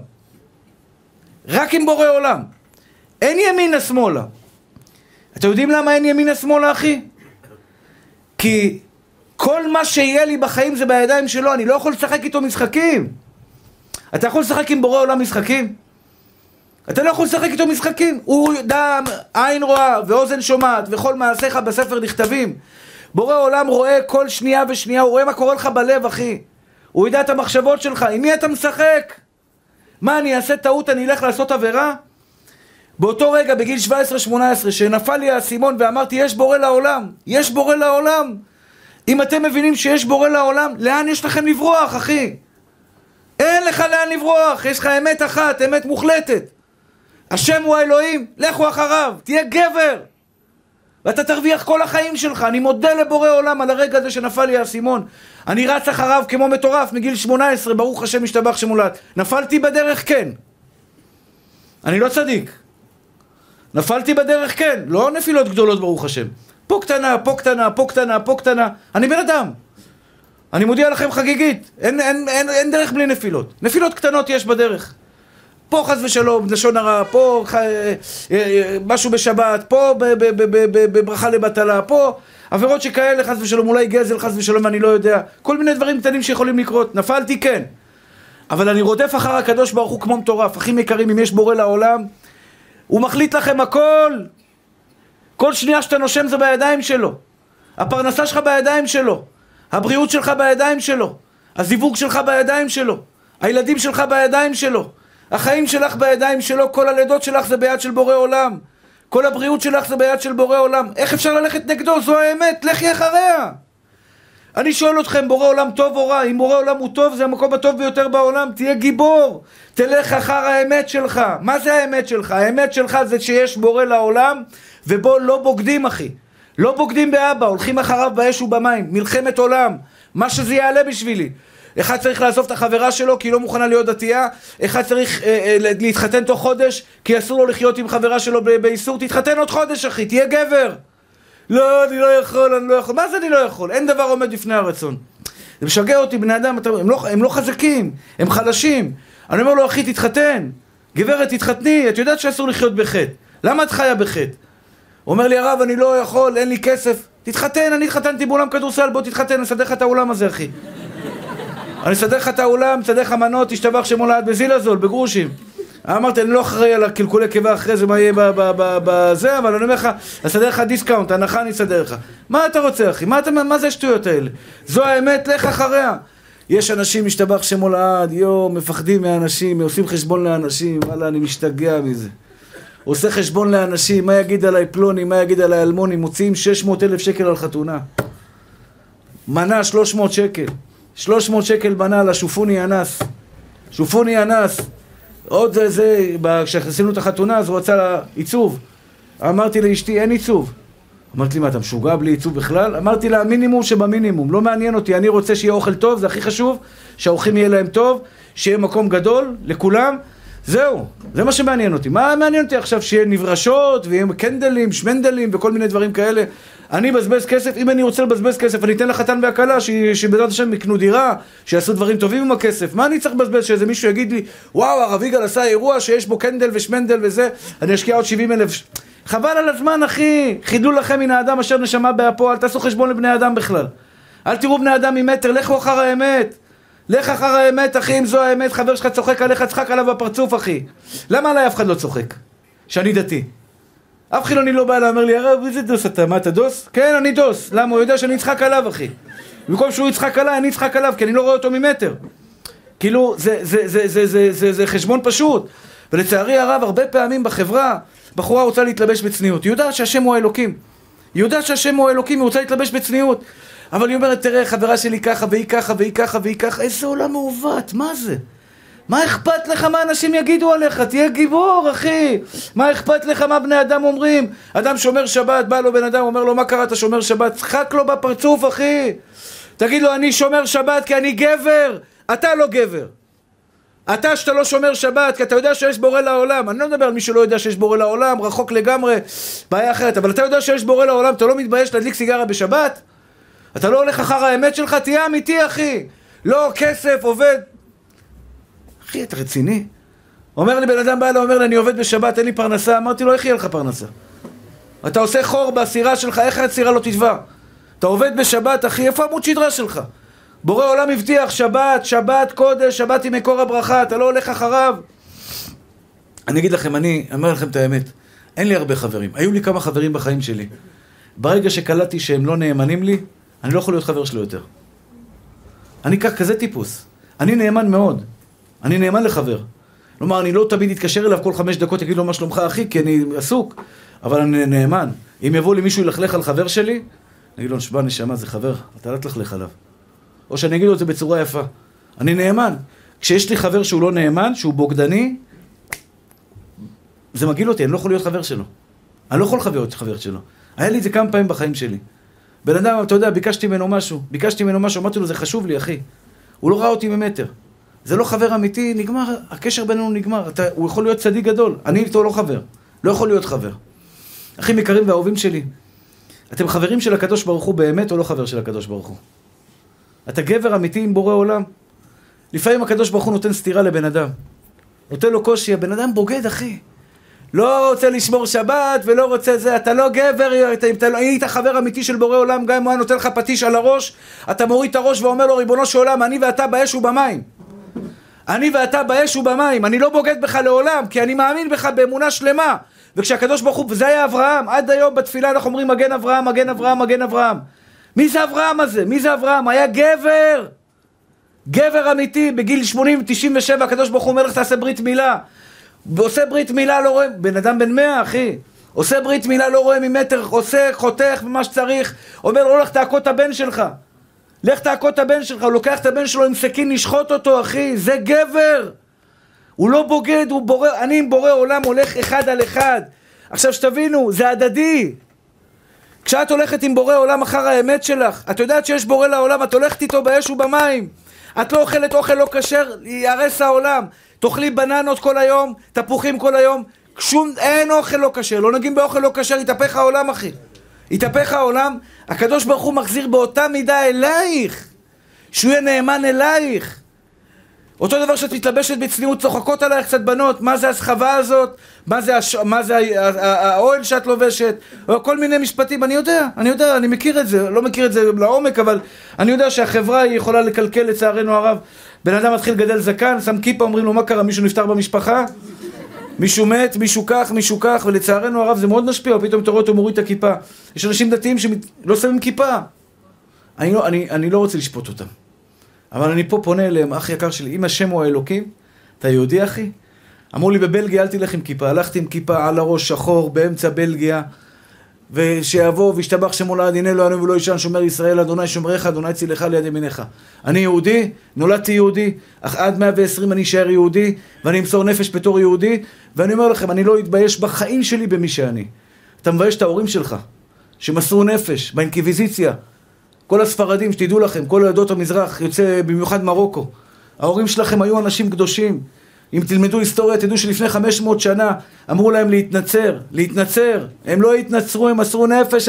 אין ימינה שמאלה. אתם יודעים למה אין ימינה שמאלה, אחי? כי כל מה שיהיה לי בחיים זה בידיים שלו, אני לא יכול לשחק איתו משחקים. אתה יכול לשחק עם בורא עולם משחקים? אתה לא יכול לשחק איתו משחקים. הוא דם, עין רואה ואוזן שומעת וכל מעשיך בספר נכתבים. בורא עולם רואה כל שנייה ושנייה, הוא רואה מה קורה לך בלב, אחי. הוא יודע את המחשבות שלך. עם מי אתה משחק? מה, אני אעשה טעות, אני אלך לעשות עבירה? באותו רגע, בגיל 17-18, שנפל לי האסימון ואמרתי, יש בורא לעולם, יש בורא לעולם. אם אתם מבינים שיש בורא לעולם, לאן יש לכם לברוח, אחי? אין לך לאן לברוח, יש לך אמת אחת, אמת מוחלטת. השם הוא האלוהים, לכו אחריו, תהיה גבר. ואתה תרוויח כל החיים שלך. אני מודה לבורא עולם על הרגע הזה שנפל לי האסימון. אני רץ אחריו כמו מטורף מגיל 18, ברוך השם משתבח שמולד. נפלתי בדרך, כן. אני לא צדיק. נפלתי בדרך, כן. לא נפילות גדולות, ברוך השם. פה קטנה, פה קטנה, פה קטנה, פה קטנה. אני בן אדם. אני מודיע לכם חגיגית. אין דרך בלי נפילות. נפילות קטנות יש בדרך. פה חס ושלום, לשון הרע, פה משהו בשבת, פה בברכה לבטלה, פה, עבירות שכאלה, חס ושלום, אולי גזל, חס ושלום, אני לא יודע. כל מיני דברים קטנים שיכולים לקרות. נפלתי, כן. אבל אני רודף אחר הקדוש ברוך הוא כמו מטורף. אחים יקרים, אם יש בורא לעולם, הוא מחליט לכם הכל. כל שנייה שאתה נושם זה בידיים שלו. הפרנסה שלך בידיים שלו. הבריאות שלך בידיים שלו. הזיווג שלך בידיים שלו. הילדים שלך בידיים שלו. החיים שלך בידיים שלו. כל הלידות שלך זה ביד של בורא עולם. כל הבריאות שלך זה ביד של בורא עולם. איך אפשר ללכת נגדו? זו האמת. לכי אחריה. אני שואל אתכם, בורא עולם טוב או רע? אם בורא עולם הוא טוב, זה המקום הטוב ביותר בעולם. תהיה גיבור. תלך אחר האמת שלך. מה זה האמת שלך? האמת שלך זה שיש בורא לעולם, ובו לא בוגדים, אחי. לא בוגדים באבא, הולכים אחריו באש ובמים. מלחמת עולם. מה שזה יעלה בשבילי. אחד צריך לעזוב את החברה שלו כי היא לא מוכנה להיות דתייה. אחד צריך להתחתן תוך חודש כי אסור לו לחיות עם חברה שלו באיסור. תתחתן עוד חודש, אחי. תהיה גבר. לא, אני לא יכול, אני לא יכול. מה זה אני לא יכול? אין דבר עומד בפני הרצון. זה משגע אותי, בני אדם, הם לא חזקים, הם חלשים. אני אומר לו, אחי, תתחתן. גברת, תתחתני. את יודעת שאסור לחיות בחטא. למה את חיה בחטא? הוא אומר לי, הרב, אני לא יכול, אין לי כסף. תתחתן, אני התחתנתי באולם כדורסל, בוא תתחתן, אני אסדר לך את האולם הזה, אחי. אני אסדר לך את האולם, אסדר לך מנות, תשתבח שמולד בזילה זול, בגרושים. אמרתי, אני לא אחראי על הקלקולי קיבה אחרי זה, מה יהיה בזה, אבל אני אומר לך, אסדר לך דיסקאונט, הנחה אני אסדר לך. מה אתה רוצה, אחי? מה זה השטויות האלה? זו האמת, לך אחריה. יש אנשים, משתבח שמולד, מפחדים מאנשים, עושים חשבון לאנשים, וואלה, אני משתגע מזה. עושה חשבון לאנשים, מה יגיד עליי פלוני, מה יגיד עליי אלמוני, מוציאים 600,000 שקל על חתונה. מנה 300 שקל. 300 שקל מנה לשופוני אנס. שופוני אנס. עוד זה, כשעשינו את החתונה, אז הוא רצה עיצוב. אמרתי לאשתי, אין עיצוב. אמרתי לי, מה, אתה משוגע בלי עיצוב בכלל? אמרתי לה, מינימום שבמינימום. לא מעניין אותי, אני רוצה שיהיה אוכל טוב, זה הכי חשוב. שהאורחים יהיה להם טוב, שיהיה מקום גדול לכולם. זהו, זה מה שמעניין אותי. מה מעניין אותי עכשיו? שיהיה נברשות, ויהיה קנדלים, שמנדלים, וכל מיני דברים כאלה. אני בזבז כסף, אם אני רוצה לבזבז כסף, אני אתן לחתן והקלה, שבעזרת השם יקנו דירה, שיעשו דברים טובים עם הכסף. מה אני צריך לבזבז? שאיזה מישהו יגיד לי, וואו, הרב יגאל עשה אירוע שיש בו קנדל ושמנדל וזה, אני אשקיע עוד 70,000. חבל על הזמן, אחי. חידלו לכם מן האדם אשר נשמה באפו, אל תעשו חשבון לבני אדם בכלל. אל תראו בני אדם ממטר, לכו אחר האמת. לך אחר האמת, אחי, אם זו האמת, חבר שלך צוחק עליך, צחק עליו בפרצוף, אחי. למה עליי אף אחד לא צוחק? שאני דתי. אף חילוני לא בא אליי, אומר לי, הרב, איזה דוס אתה? מה, אתה דוס? כן, אני דוס. למה? הוא יודע שאני אצחק עליו, אחי. במקום שהוא יצחק עליי, אני אצחק עליו, כי אני לא רואה אותו ממטר. כאילו, זה חשבון פשוט. ולצערי הרב, הרבה פעמים בחברה, בחורה רוצה להתלבש בצניעות. היא יודעת שהשם הוא האלוקים. היא יודעת שהשם הוא האלוקים, היא רוצה להתלבש בצניעות. אבל היא אומרת, תראה, חברה שלי ככה, והיא ככה, והיא ככה, והיא ככה. איזה עולם מעוות, מה זה? מה אכפת לך מה אנשים יגידו עליך? תהיה גיבור, אחי. מה אכפת לך מה בני אדם אומרים? אדם שומר שבת, בא לו בן אדם, אומר לו, מה קרה, אתה שומר שבת? צחק לו בפרצוף, אחי. תגיד לו, אני שומר שבת כי אני גבר. אתה לא גבר. אתה שאתה לא שומר שבת, כי אתה יודע שיש בורא לעולם. אני לא מדבר על מי שלא יודע שיש בורא לעולם, רחוק לגמרי, בעיה אחרת. אבל אתה יודע שיש בורא לעולם, אתה לא מתבייש להדליק סיגרה בשבת? אתה לא הולך אחר האמת שלך? תהיה אמיתי, אחי. לא כסף, עובד. אחי, אתה רציני? אומר לי בן אדם בא אליי, אומר לי, אני עובד בשבת, אין לי פרנסה. אמרתי לו, איך יהיה לך פרנסה? אתה עושה חור בסירה שלך, איך הסירה לא תדבר? אתה עובד בשבת, אחי, איפה עמוד שדרה שלך? בורא עולם הבטיח, שבת, שבת קודש, שבת עם מקור הברכה, אתה לא הולך אחריו. אני אגיד לכם, אני אומר לכם את האמת, אין לי הרבה חברים. היו לי כמה חברים בחיים שלי. ברגע שקלטתי שהם לא נאמנים לי, אני לא יכול להיות חבר שלו יותר. אני כזה טיפוס. אני נאמן מאוד. אני נאמן לחבר. כלומר, אני לא תמיד אתקשר אליו כל 5 דקות, אגיד לו מה שלומך אחי, כי אני עסוק. אבל אני נאמן. אם יבוא לי מישהו ילכלך על חבר שלי, אני אגיד לו, נשבע נשמה, זה חבר, אתה לא תלכלך עליו. או שאני אגיד לו את זה בצורה יפה. אני נאמן. כשיש לי חבר שהוא לא נאמן, שהוא בוגדני, זה מגיל אותי, אני לא יכול להיות חבר שלו. אני לא יכול להיות חבר שלו. היה לי את זה כמה פעמים בחיים שלי. בן אדם, אתה יודע, ביקשתי ממנו משהו, אמרתי לו, זה חשוב לי, אחי. הוא לא ראה אותי ממטר. זה לא חבר אמיתי, נגמר, הקשר בינינו נגמר. הוא יכול להיות צדיק גדול, אני איתו לא חבר. לא יכול להיות חבר. אחים יקרים ואהובים שלי, אתם חברים של הקדוש ברוך הוא באמת או לא חבר של הקדוש ברוך הוא? אתה גבר אמיתי עם בורא עולם? לפעמים הקדוש ברוך הוא נותן סתירה לבן אדם. נותן לו קושי, הבן אדם בוגד, אחי. לא רוצה לשמור שבת ולא רוצה זה, אתה לא גבר, אתה לא היית חבר אמיתי של בורא עולם, גם אם הוא היה נותן לך פטיש על הראש, אתה מוריד את הראש ואומר לו, ריבונו של עולם, אני ואתה באש ובמים. אני ואתה באש ובמים, אני לא בוגד בך לעולם, כי אני מאמין בך באמונה שלמה. וכשהקדוש ברוך הוא, וזה היה אברהם, עד היום בתפילה אנחנו אומרים מגן אברהם, מגן אברהם, מגן אברהם. מי זה אברהם הזה? מי זה אברהם? היה גבר. גבר אמיתי, בגיל 80-97, הקדוש ברוך הוא אומר לך תעשה ברית מילה. ועושה ברית מילה, לא רואה, בן אדם בן 100 אחי, עושה ברית מילה, לא רואה ממטר, עושה, חותך במה שצריך, אומר לו, לך תעקוד את הבן שלך, לך תעקוד את הבן שלך, הוא לוקח את הבן שלו עם סכין, נשחוט אותו אחי, זה גבר, הוא לא בוגד, הוא בורא, אני עם בורא עולם הולך אחד על אחד. עכשיו שתבינו, זה הדדי. כשאת הולכת עם בורא עולם אחר האמת שלך, את יודעת שיש בורא לעולם, את הולכת איתו באש ובמים, את לא אוכלת אוכל לא כשר, יערס העולם. תאכלי בננות כל היום, תפוחים כל היום, אין אוכל לא כשר, לא נגעים באוכל לא כשר, יתהפך העולם אחי. יתהפך העולם, הקדוש ברוך הוא מחזיר באותה מידה אלייך, שהוא יהיה נאמן אלייך. אותו דבר שאת מתלבשת בצניעות, צוחקות עלייך קצת בנות, מה זה הסחבה הזאת, מה זה האוהל שאת לובשת, או כל מיני משפטים, אני יודע, אני מכיר את זה, לא מכיר את זה לעומק, אבל אני יודע שהחברה היא יכולה לקלקל לצערנו הרב. בן אדם מתחיל לגדל זקן, שם כיפה, אומרים לו מה קרה, מישהו נפטר במשפחה, מישהו מת, מישהו כך, ולצערנו הרב זה מאוד משפיע, פתאום אתה רואה אותו מוריד את הכיפה. יש אנשים דתיים שלא שמים כיפה. אני לא רוצה לשפוט אותם. אבל אני פה פונה אליהם, אח יקר שלי, אם השם הוא האלוקים, אתה יהודי אחי? אמרו לי בבלגיה, אל תלך עם כיפה, הלכתי עם כיפה על הראש שחור באמצע בלגיה, ושיבוא וישתבח שמו לעד, הנה לא יענו ולא ישן, שומר ישראל, אדוני שומרך, אדוני צילך ליד ימינך. אני יהודי, נולדתי יהודי, אך עד 120 אני אשאר יהודי, ואני אמסור נפש בתור יהודי, ואני אומר לכם, אני לא אתבייש בחיים שלי במי שאני. אתה מבייש את ההורים שלך, שמסרו נפש, באינקוויזיציה. כל הספרדים, שתדעו לכם, כל עדות המזרח, יוצא במיוחד מרוקו. ההורים שלכם היו אנשים קדושים. אם תלמדו היסטוריה, תדעו שלפני 500 שנה אמרו להם להתנצר. הם לא התנצרו, הם מסרו נפש,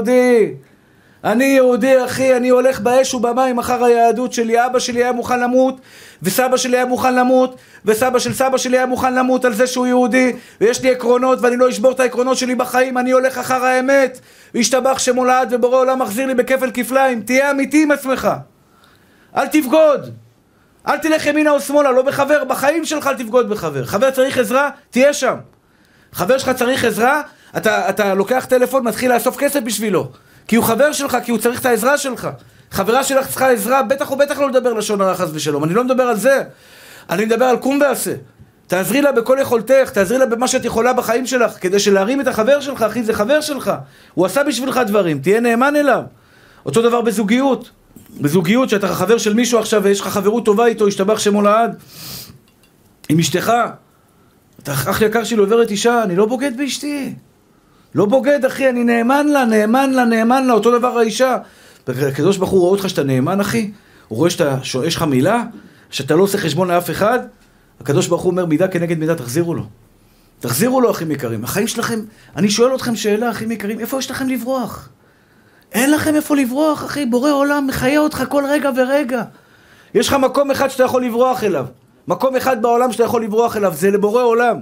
אני יהודי אחי, אני הולך באש ובמים אחר היהדות שלי. אבא שלי היה מוכן למות, וסבא שלי היה מוכן למות, וסבא של סבא שלי היה מוכן למות על זה שהוא יהודי, ויש לי עקרונות ואני לא אשבור את העקרונות שלי בחיים, אני הולך אחר האמת, וישתבח שמו לעד ובורא עולם מחזיר לי בכפל כפליים. תהיה אמיתי עם עצמך, אל תבגוד, אל תלך ימינה או שמאלה, לא בחבר, בחיים שלך אל תבגוד בחבר. חבר צריך עזרה, תהיה שם. חבר שלך צריך עזרה, אתה לוקח טלפון, מתחיל לאסוף כסף בשבילו, כי הוא חבר שלך, כי הוא צריך את העזרה שלך. חברה שלך צריכה עזרה, בטח או בטח לא לדבר לשון הרע חס ושלום. אני לא מדבר על זה, אני מדבר על קום ועשה. תעזרי לה בכל יכולתך, תעזרי לה במה שאת יכולה בחיים שלך, כדי שלהרים את החבר שלך, אחי, זה חבר שלך. הוא עשה בשבילך דברים, תהיה נאמן אליו. אותו דבר בזוגיות. בזוגיות, שאתה חבר של מישהו עכשיו ויש לך חברות טובה איתו, ישתבח שמו לעד, עם אשתך. אתה אח יקר שלי עוברת אישה, אני לא בוגד באשתי. לא בוגד אחי, אני נאמן לה, אותו דבר האישה. הקדוש ברוך הוא רואה אותך שאתה נאמן אחי, הוא רואה שיש לך מילה, שאתה לא עושה חשבון לאף אחד, הקדוש ברוך הוא אומר מידה כנגד מידה, תחזירו לו אחים יקרים. החיים שלכם, אני שואל אתכם שאלה אחים יקרים, איפה יש לכם לברוח? אין לכם איפה לברוח אחי, בורא עולם מחיה אותך כל רגע ורגע. יש לך מקום אחד שאתה יכול לברוח אליו, מקום אחד בעולם שאתה יכול לברוח אליו, זה לבורא עולם.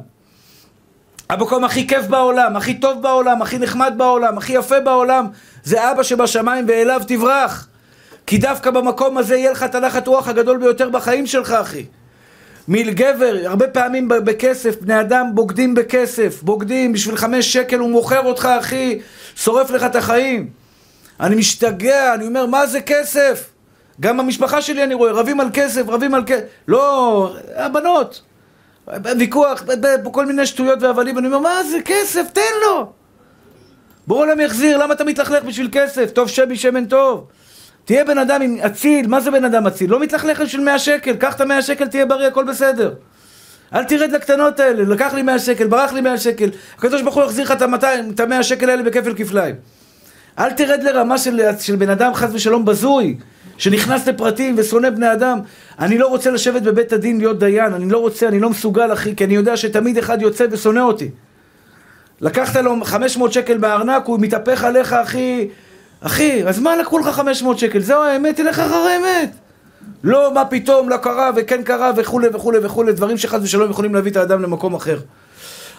המקום הכי כיף בעולם, הכי טוב בעולם, הכי נחמד בעולם, הכי יפה בעולם, זה אבא שבשמיים, ואליו תברח. כי דווקא במקום הזה יהיה לך את הנחת רוח הגדול ביותר בחיים שלך אחי. גבר, הרבה פעמים בכסף, בני אדם בוגדים בכסף, בוגדים בשביל 5 שקל, הוא מוכר אותך אחי, שורף לך את החיים. אני משתגע, אני אומר מה זה כסף? גם במשפחה שלי אני רואה, רבים על כסף, לא, הבנות, ויכוח, בכל מיני שטויות והבלים, אני אומר מה זה כסף? תן לו, בורא עולם יחזיר, למה אתה מתלכלך בשביל כסף? טוב שבי שמן טוב. תהיה בן אדם עם אציל, מה זה בן אדם אציל? לא מתלכלך בשביל 100 שקל, קח את 100 שקל, תהיה בריא, הכל בסדר. אל תרד לקטנות האלה, לקח לי 100 שקל, ברח לי 100 שקל, הקדוש ברוך הוא יחזיר לך את 100 שקל האלה בכפל כפליים. אל תרד לרמה של בן אדם חס ושלום בזוי, שנכנס לפרטים ושונא בני אדם. אני לא רוצה לשבת בבית הדין להיות דיין, אני לא רוצה, אני לא מסוגל אחי, כי אני יודע שתמיד אחד יוצא ושונא אותי. לקחת לו 500 שקל בארנק, הוא מתהפך עליך אחי, אז מה לקחו לך 500 שקל? זהו האמת, תלך אחר האמת. לא מה פתאום, לא קרה וכן קרה וכו' וכו' וכו', דברים שחס ושלום יכולים להביא את האדם למקום אחר.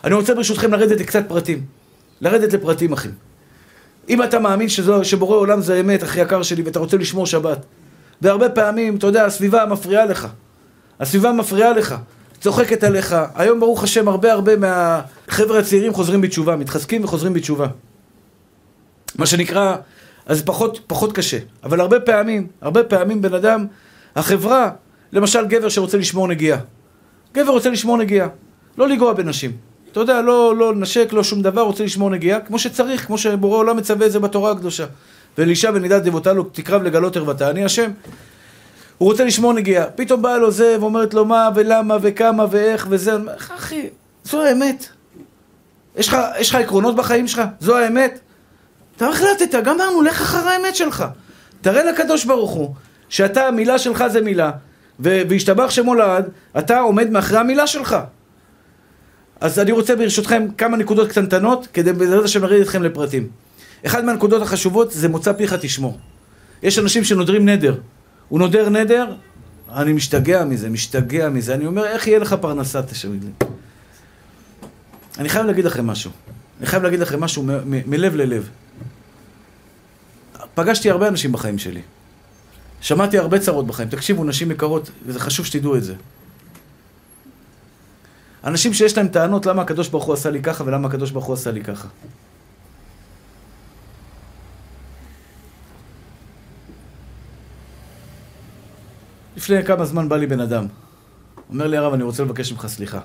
אני רוצה ברשותכם לרדת לקצת פרטים. לרדת לפרטים, אחים. אם אתה מאמין שבורא עולם זה אמת, אחי יקר שלי, ואתה רוצה לשמור שבת, והרבה פעמים, אתה יודע, הסביבה מפריעה לך. הסביבה מפריעה לך, צוחקת עליך. היום ברוך השם הרבה מהחבר'ה הצעירים חוזרים בתשובה, מתחזקים וחוזרים בתשובה. מה שנקרא, אז פחות קשה. אבל הרבה פעמים בן אדם, החברה, למשל גבר שרוצה לשמור נגיעה. גבר רוצה לשמור נגיעה, לא לגוע בנשים. אתה יודע, לא נשק, לא שום דבר, רוצה לשמור נגיעה, כמו שצריך, כמו שבורא עולם מצווה את זה בתורה הקדושה. ולאישה בנידת דבותה לו תקרב לגלות ערוותה, אני השם. הוא רוצה לשמור נגיעה, פתאום בא לו זה, ואומרת לו מה ולמה וכמה ואיך וזה. אחי, זו האמת. יש לך עקרונות בחיים שלך? זו האמת? אתה החלטת, גם אמרנו, לך אחר האמת שלך. תראה לקדוש ברוך הוא, שאתה, המילה שלך זה מילה, והשתבח שמו לעד, אתה עומד מאחרי המילה שלך. אז אני רוצה ברשותכם כמה נקודות קטנטנות, כדי בעזרת השם לרדת אתכם לפרטים. אחד מהנקודות החשובות זה מוצא פיך תשמור. יש אנשים שנודרים נדר. הוא נודר נדר, אני משתגע מזה. אני אומר, איך יהיה לך פרנסה, תשמיד לי. אני חייב להגיד לכם משהו מלב ללב. פגשתי הרבה אנשים בחיים שלי. שמעתי הרבה צרות בחיים. תקשיבו, נשים יקרות, וזה חשוב שתדעו את זה. אנשים שיש להם טענות למה הקדוש ברוך הוא עשה לי ככה ולמה הקדוש ברוך הוא עשה לי ככה. לפני כמה זמן בא לי בן אדם. אומר לי, הרב, אני רוצה לבקש ממך סליחה.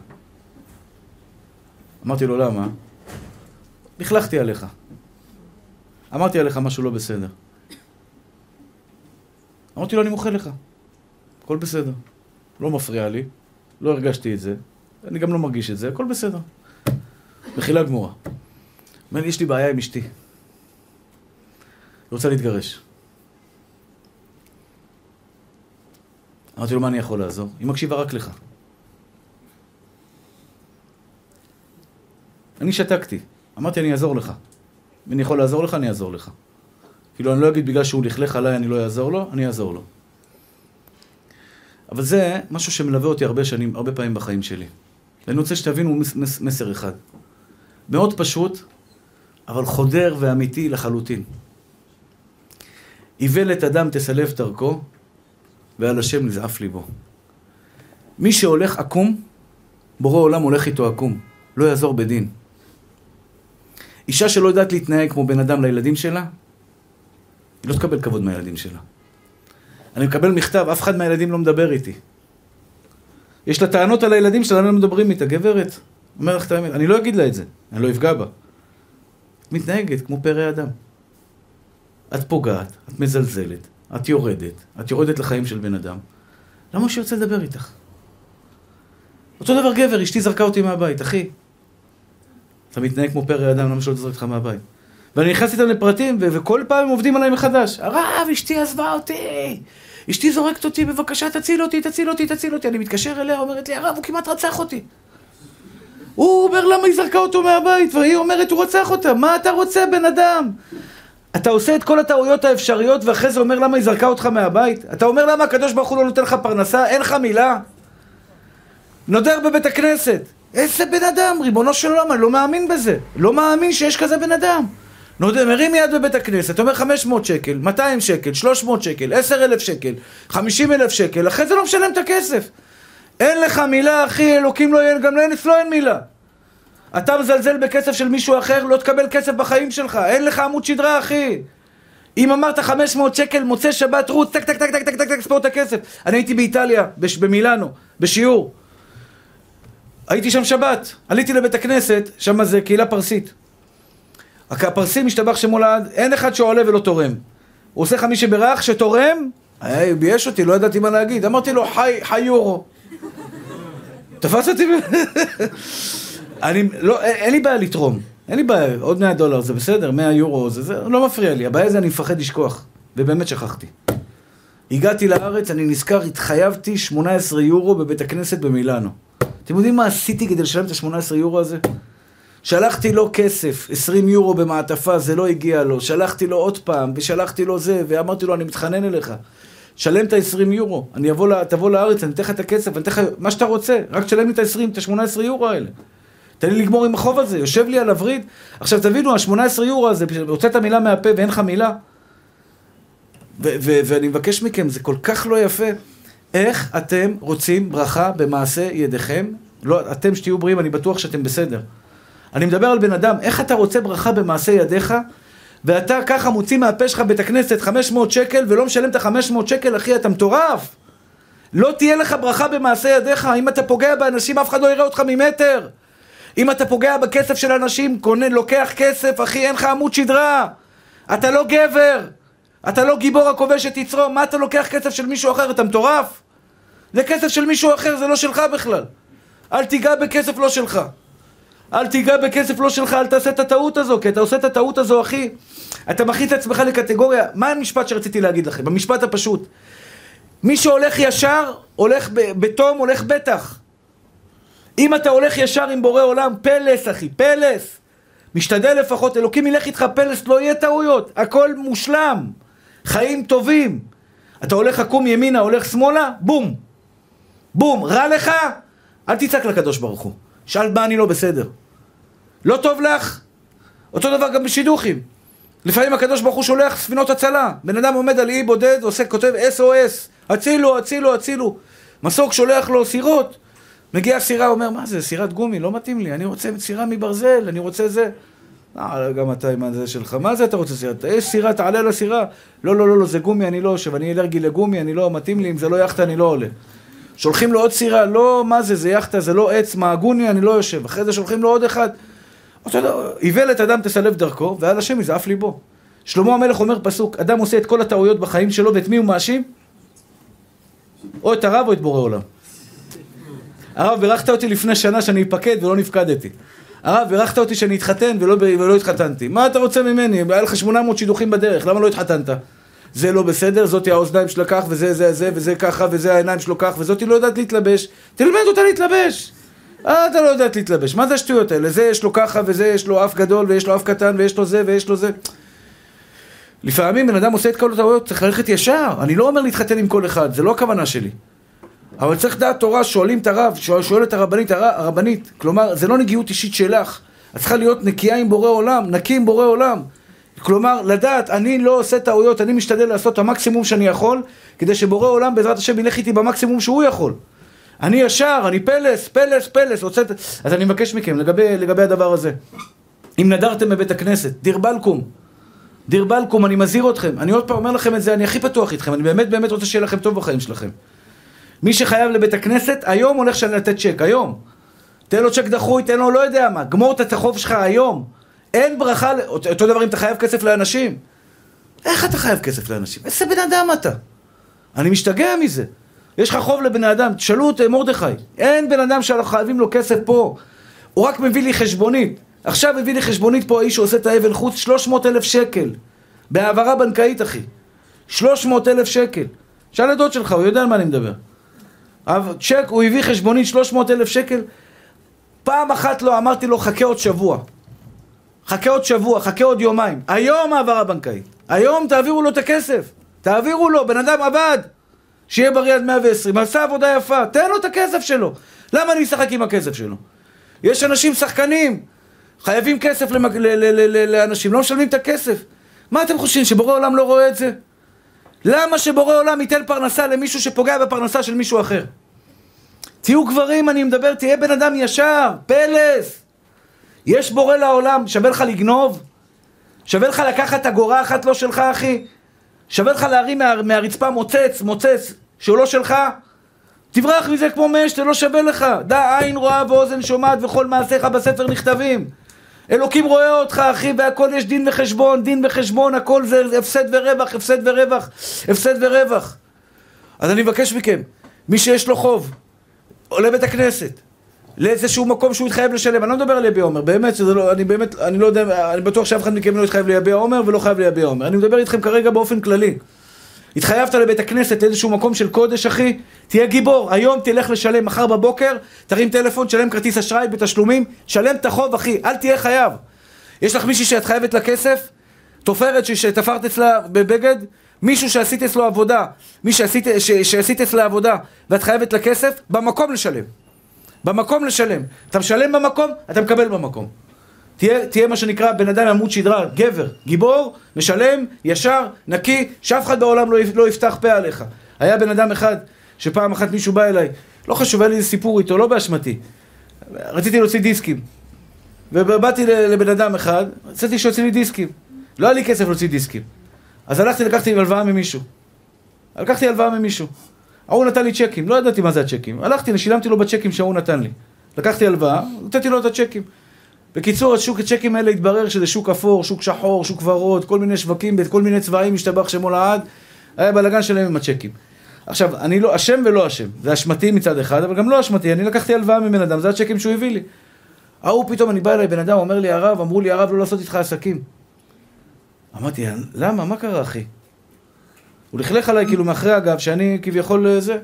אמרתי לו, למה? לכלכתי עליך. אמרתי עליך משהו לא בסדר. אמרתי לו, אני מוחה לך. הכל בסדר. לא מפריע לי. לא הרגשתי את זה. אני גם לא מרגיש את זה. הכל בסדר. מחילה גמורה. אומר לי, יש לי בעיה עם אשתי. היא רוצה להתגרש. אמרתי לו, מה אני יכול לעזור? היא מקשיבה רק לך. אני שתקתי. אמרתי, אני אעזור לך. אם אני יכול לעזור לך, אני אעזור לך. כאילו, אני לא אגיד בגלל שהוא לכלך עליי, אני לא אעזור לו, אני אעזור לו. אבל זה משהו שמלווה אותי הרבה פעמים בחיים שלי. ואני רוצה שתבינו מסר אחד. מאוד פשוט, אבל חודר ואמיתי לחלוטין. איוולת אדם תסלף דרכו, ועל השם נזעף ליבו. מי שהולך עקום, בורא עולם הולך איתו עקום. לא יעזור בדין. אישה שלא יודעת להתנהג כמו בן אדם לילדים שלה, היא לא תקבל כבוד מהילדים שלה. אני מקבל מכתב, אף אחד מהילדים לא מדבר איתי. יש לה טענות על הילדים שלה, לא מדברים איתה, גברת. אומר לך את האמת, אני לא אגיד לה את זה, אני לא אפגע בה. את מתנהגת כמו פרא אדם. את פוגעת, את מזלזלת, את יורדת לחיים של בן אדם. למה שיוצא לדבר איתך? אותו דבר גבר, אשתי זרקה אותי מהבית, אחי. אתה מתנהג כמו פרא אדם, למה שלא תזרק אותך מהבית? ואני נכנס איתם לפרטים, וכל פעם הם עובדים עליי מחדש. הרב, אשתי עזבה אותי. אשתי זורקת אותי, בבקשה, תציל אותי. אני מתקשר אליה, אומרת לי, הרב, הוא כמעט רצח אותי. הוא אומר, למה היא זרקה אותו מהבית? והיא אומרת, הוא רצח אותה. מה אתה רוצה, בן אדם? אתה עושה את כל הטעויות האפשריות, ואחרי זה אומר, למה היא זרקה אותך מהבית? אתה אומר, למה הקדוש ברוך הוא לא נותן לך פרנסה? אין לך מילה? נודר בבית הכנסת. איזה בן אדם, ריבונו של עולם, אני לא מאמין בזה. לא מאמין שיש כזה בן אדם. מרים יד בבית הכנסת, אומר 500 שקל, 200 שקל, 300 שקל, 10,000 שקל, 50,000 שקל, אחרי זה לא משלם את הכסף. אין לך מילה, אחי, אלוקים לא יהיה, גם אצלו אין מילה. אתה מזלזל בכסף של מישהו אחר, לא תקבל כסף בחיים שלך, אין לך עמוד שדרה, אחי. אם אמרת 500 שקל, מוצא שבת, רוץ, טק, טק, טק, טק, טק, טק, טק, ספור את הכסף. אני הייתי באיטליה, במילאנו, בשיעור. הייתי שם שבת, עליתי לבית הכנסת, שם זה קהילה פרסית. הפרסים משתבח שמו לעד, אין אחד שעולה ולא תורם. הוא עושה לך מי שברך שתורם, הוא בייש אותי, לא ידעתי מה להגיד. אמרתי לו, חי יורו. תפס אותי? אין לי בעיה לתרום. אין לי בעיה, עוד $100, זה בסדר, 100 יורו, זה לא מפריע לי. הבעיה זה אני מפחד לשכוח, ובאמת שכחתי. הגעתי לארץ, אני נזכר, התחייבתי 18 יורו בבית הכנסת במילאנו. אתם יודעים מה עשיתי כדי לשלם את ה-18 יורו הזה? שלחתי לו כסף, 20 יורו במעטפה, זה לא הגיע לו. שלחתי לו עוד פעם, ושלחתי לו זה, ואמרתי לו, אני מתחנן אליך. שלם את ה-20 יורו, תבוא לארץ, אני אתן לך את הכסף, אני אתן לך מה שאתה רוצה, רק תשלם לי את ה-18 יורו האלה. תן לי לגמור עם החוב הזה, יושב לי על הוריד. עכשיו תבינו, ה-18 יורו הזה, הוצאת מילה מהפה ואין לך מילה. ואני מבקש מכם, זה כל כך לא יפה. איך אתם רוצים ברכה במעשה ידיכם? לא, אתם שתהיו בריאים, אני בטוח שאתם בסדר. אני מדבר על בן אדם, איך אתה רוצה ברכה במעשה ידיך, ואתה ככה מוציא מהפה שלך בית הכנסת 500 שקל, ולא משלם את ה-500 שקל, אחי, אתה מטורף. לא תהיה לך ברכה במעשה ידיך. אם אתה פוגע באנשים, אף אחד לא יראה אותך ממטר. אם אתה פוגע בכסף של אנשים, לוקח כסף, אחי, אין לך עמוד שדרה. אתה לא גבר. אתה לא גיבור הכובש את יצרו. מה אתה לוקח כסף של מישהו אחר? אתה מטורף. זה כסף של מישהו אחר, זה לא שלך בכלל. אל תיגע בכסף לא שלך. אל תיגע בכסף לא שלך, אל תעשה את הטעות הזו, כי אתה עושה את הטעות הזו, אחי. אתה מכניס את עצמך לקטגוריה. מה המשפט שרציתי להגיד לכם? במשפט הפשוט. מי שהולך ישר, הולך בתום, הולך בטח. אם אתה הולך ישר עם בורא עולם, פלס, אחי, פלס. משתדל לפחות, אלוקים ילך איתך פלס, לא יהיה טעויות. הכל מושלם. חיים טובים. אתה הולך עקום ימינה, הולך שמאלה, בום. בום, רע לך? אל תצעק לקדוש ברוך הוא. שאל מה אני לא בסדר. לא טוב לך? אותו דבר גם בשידוכים. לפעמים הקדוש ברוך הוא שולח ספינות הצלה. בן אדם עומד על אי בודד, כותב SOS. הצילו, הצילו, הצילו. מסוק שולח לו סירות. מגיע סירה, אומר, מה זה? סירת גומי, לא מתאים לי. אני רוצה סירה מברזל, אני רוצה זה. גם אתה עם זה שלך. מה זה אתה רוצה סירה? יש סירה, תעלה לסירה. לא, לא, לא, לא, זה גומי, אני לא יושב. אני אלרגי לגומי, אני לא מתאים לי. אם זה לא יחתה, אני לא עולה. שולחים לו עוד סירה, לא, מה זה? זה יחתה, זה לא עץ, מעגוני, אני לא יושב. אחרי זה שולחים לו עוד אחד. איוולת אדם תסלב דרכו, ועל השם יזעף ליבו. שלמה המלך אומר פסוק, אדם עושה את כל הטעויות בחיים שלו, ואת מי הוא מאשים? או את הרב או את בורא עולם. הרב, ברכת אותי לפני שנה שאני אפקד ולא נפקדתי. הרב, ברכת אותי שאני אתחתן ולא התחתנתי. מה אתה רוצה ממני? היה לך 800 שידוכים בדרך, למה לא התחתנת? זה לא בסדר, זאתי האוזניים שלה כך, וזה ככה, וזה העיניים שלו כך, וזאתי לא יודעת להתלבש. תלמד אותה להתלבש. אתה לא יודעת להתלבש. מה זה השטויות האלה? זה יש לו ככה, וזה יש לו אף גדול, ויש לו אף קטן, ויש לו זה, ויש לו זה. לפעמים בן אדם עושה את כל הטעויות, צריך ללכת ישר. אני לא אומר להתחתן עם כל אחד, זה לא הכוונה שלי. אבל צריך דעת תורה, שואלים את הרב, שואל את הרבנית. כלומר, זה לא נגיעות אישית שלך. את צריכה להיות נקייה עם בורא עולם, נקי עם בורא עולם. כלומר, לדעת, אני לא עושה טעויות, אני משתדל לעשות את המקסימום שאני יכול, כדי שבורא עולם בעזרת השם ילך איתי במקסימום שהוא יכול. אני ישר, אני פלס, אז אני מבקש מכם, לגבי הדבר הזה. אם נדרתם בבית הכנסת, דיר בלקום, אני מזהיר אתכם. אני עוד פעם אומר לכם את זה, אני הכי פתוח איתכם, אני באמת רוצה שיהיה לכם טוב בחיים שלכם. מי שחייב לבית הכנסת, היום הולך שאני לתת צ'ק, היום. תן לו צ'ק דחוי, תן לו לא יודע מה, גמור את החוב שלך היום. אין ברכה, אותו דבר אם אתה חייב כסף לאנשים. איך אתה חייב כסף לאנשים? איזה בן אדם אתה? אני משתגע מזה. יש לך חוב לבן אדם, תשאלו את מרדכי. אין בן אדם שאנחנו חייבים לו כסף פה. הוא רק מביא לי חשבונית. עכשיו מביא לי חשבונית פה האיש שעושה את האבן חוץ, 300,000 שקל. בהעברה בנקאית, אחי. 300,000 שקל. שאל הדוד שלך, הוא יודע על מה אני מדבר. צ'ק, הוא הביא חשבונית 300,000 שקל. פעם אחת לא אמרתי לו, חכה עוד שבוע. חכה עוד יומיים. היום העברה בנקאית. היום תעבירו לו את הכסף. תעבירו לו, בן אדם עבד. שיהיה בריא עד 120. עשה עבודה יפה. תן לו את הכסף שלו. למה אני אשחק עם הכסף שלו? יש אנשים שחקנים. חייבים כסף לאנשים. לא משלמים את הכסף. מה אתם חושבים? שבורא עולם לא רואה את זה? למה שבורא עולם ייתן פרנסה למישהו שפוגע בפרנסה של מישהו אחר? תהיו גברים, אני מדבר, תהיה בן אדם ישר, פלס. יש בורא לעולם, שווה לך לגנוב? שווה לך לקחת אגורה אחת לא שלך, אחי? שווה לך להרים מהרצפה מוצץ, שהוא לא שלך? תברח מזה כמו מש, זה לא שווה לך. דע עין רואה ואוזן שומעת וכל מעשיך בספר נכתבים. אלוקים רואה אותך, אחי, והכל יש דין וחשבון, הכל זה הפסד ורווח. אז אני מבקש מכם, מי שיש לו חוב, עולה בית הכנסת, לאיזשהו מקום שהוא יתחייב לשלם. אני לא מדבר על יביע עומר, באמת, אני לא יודע, אני בטוח שאף אחד מכם לא יתחייב ליביע עומר ולא חייב ליביע עומר. אני מדבר איתכם כרגע באופן כללי. התחייבת לבית הכנסת לאיזשהו מקום של קודש, אחי, תהיה גיבור. היום תלך לשלם, מחר בבוקר, תרים טלפון, שלם כרטיס אשראי בתשלומים, שלם את החוב, אחי, אל תהיה חייב. יש לך מישהי שאת חייבת לכסף? תופרת שתפרת אצלה בבגד? מישהו שעשית אצלו עבודה, שעשית אצלה עבודה ואת חייבת לכסף? במקום לשלם. במקום לשלם. אתה משלם במקום, אתה מקבל במקום. תהיה מה שנקרא בן אדם עמוד שדרה, גבר, גיבור, משלם, ישר, נקי, שאף אחד בעולם לא יפתח פה עליך. היה בן אדם אחד, שפעם אחת מישהו בא אליי, לא חשוב, היה לי סיפור איתו, לא באשמתי. רציתי להוציא דיסקים. ובאתי לבן אדם אחד, רציתי שיוציא לי דיסקים. לא היה לי כסף להוציא דיסקים. אז לקחתי הלוואה ממישהו. הוא נתן לי צ'קים, לא ידעתי מה זה הצ'קים. שילמתי לו בצ'קים שהוא נתן לי. לקחתי הלוואה, נתתי לו את הצ'קים. בקיצור, שוק הצ'קים האלה התברר שזה שוק אפור, שוק שחור, שוק ורוד, כל מיני שווקים, כל מיני צבעים, משתבח שמו לעד. היה בלגן שלהם עם הצ'קים. עכשיו, אני לא אשם ולא אשם. זה אשמתי מצד אחד, אבל גם לא אשמתי. אני לקחתי הלוואה מבן אדם, זה הצ'קים שהוא הביא לי. פתאום אני בא אליי, בן אדם, אומר לי, אמרו לי, הרב, לא לעשות איתך עסקים. אמרתי, למה? מה קרה, אחי? הוא לכלך עליי כאילו מאחרי הגב, שאני כביכול זה.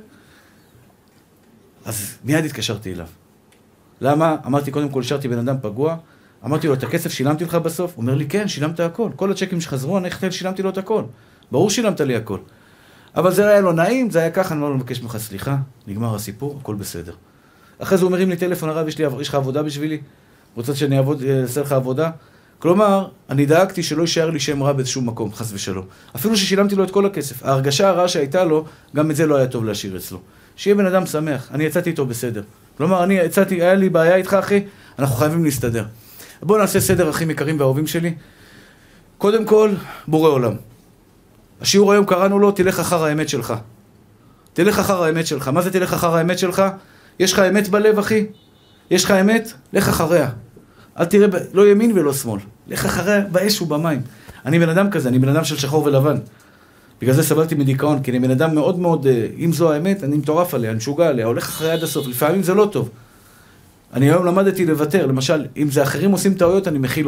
אז מיד התקשרתי אליו. למה? אמרתי, קודם כל, שרתי בן אדם פגוע. אמרתי לו, את הכסף שילמתי לך בסוף? הוא אומר לי, כן, שילמת הכל. כל הצ'קים שחזרו, אני שילמתי לו את הכל. ברור שילמת לי הכל. אבל זה היה לא נעים, זה היה ככה, אני לא מבקש ממך סליחה. נגמר הסיפור, הכל בסדר. אחרי זה הוא מרים לי טלפון, הרב, יש לך עבודה בשבילי? רוצה שאני אעשה לך עבודה? כלומר, אני דאגתי שלא יישאר לי שם רע באיזשהו מקום, חס ושלום. אפילו ששילמתי לו את כל הכסף. ההרגשה הרעה שהייתה לו, גם את זה לא היה טוב להשאיר אצלו. שיהיה בן אדם שמח, אני יצאתי איתו בסדר. כלומר, היה לי בעיה איתך, אחי, אנחנו חייבים להסתדר. בואו נעשה סדר, אחים יקרים ואהובים שלי. קודם כל, בורא עולם. השיעור היום קראנו לו, תלך אחר האמת שלך. תלך אחר האמת שלך. מה זה תלך אחר האמת שלך? יש לך אמת בלב, אחי? יש לך אמת? לך אחריה. אל תראה, לא ימין ולא שמאל. לך אחריה באש ובמים. אני בן אדם כזה, אני בן אדם של שחור ולבן. בגלל זה סבלתי מדיכאון, כי אני בן אדם מאוד מאוד, אם זו האמת, אני מטורף עליה, אני משוגע עליה, הולך אחרי עד הסוף. לפעמים זה לא טוב. אני היום למדתי לוותר. למשל, אם זה אחרים עושים טעויות, אני מכיל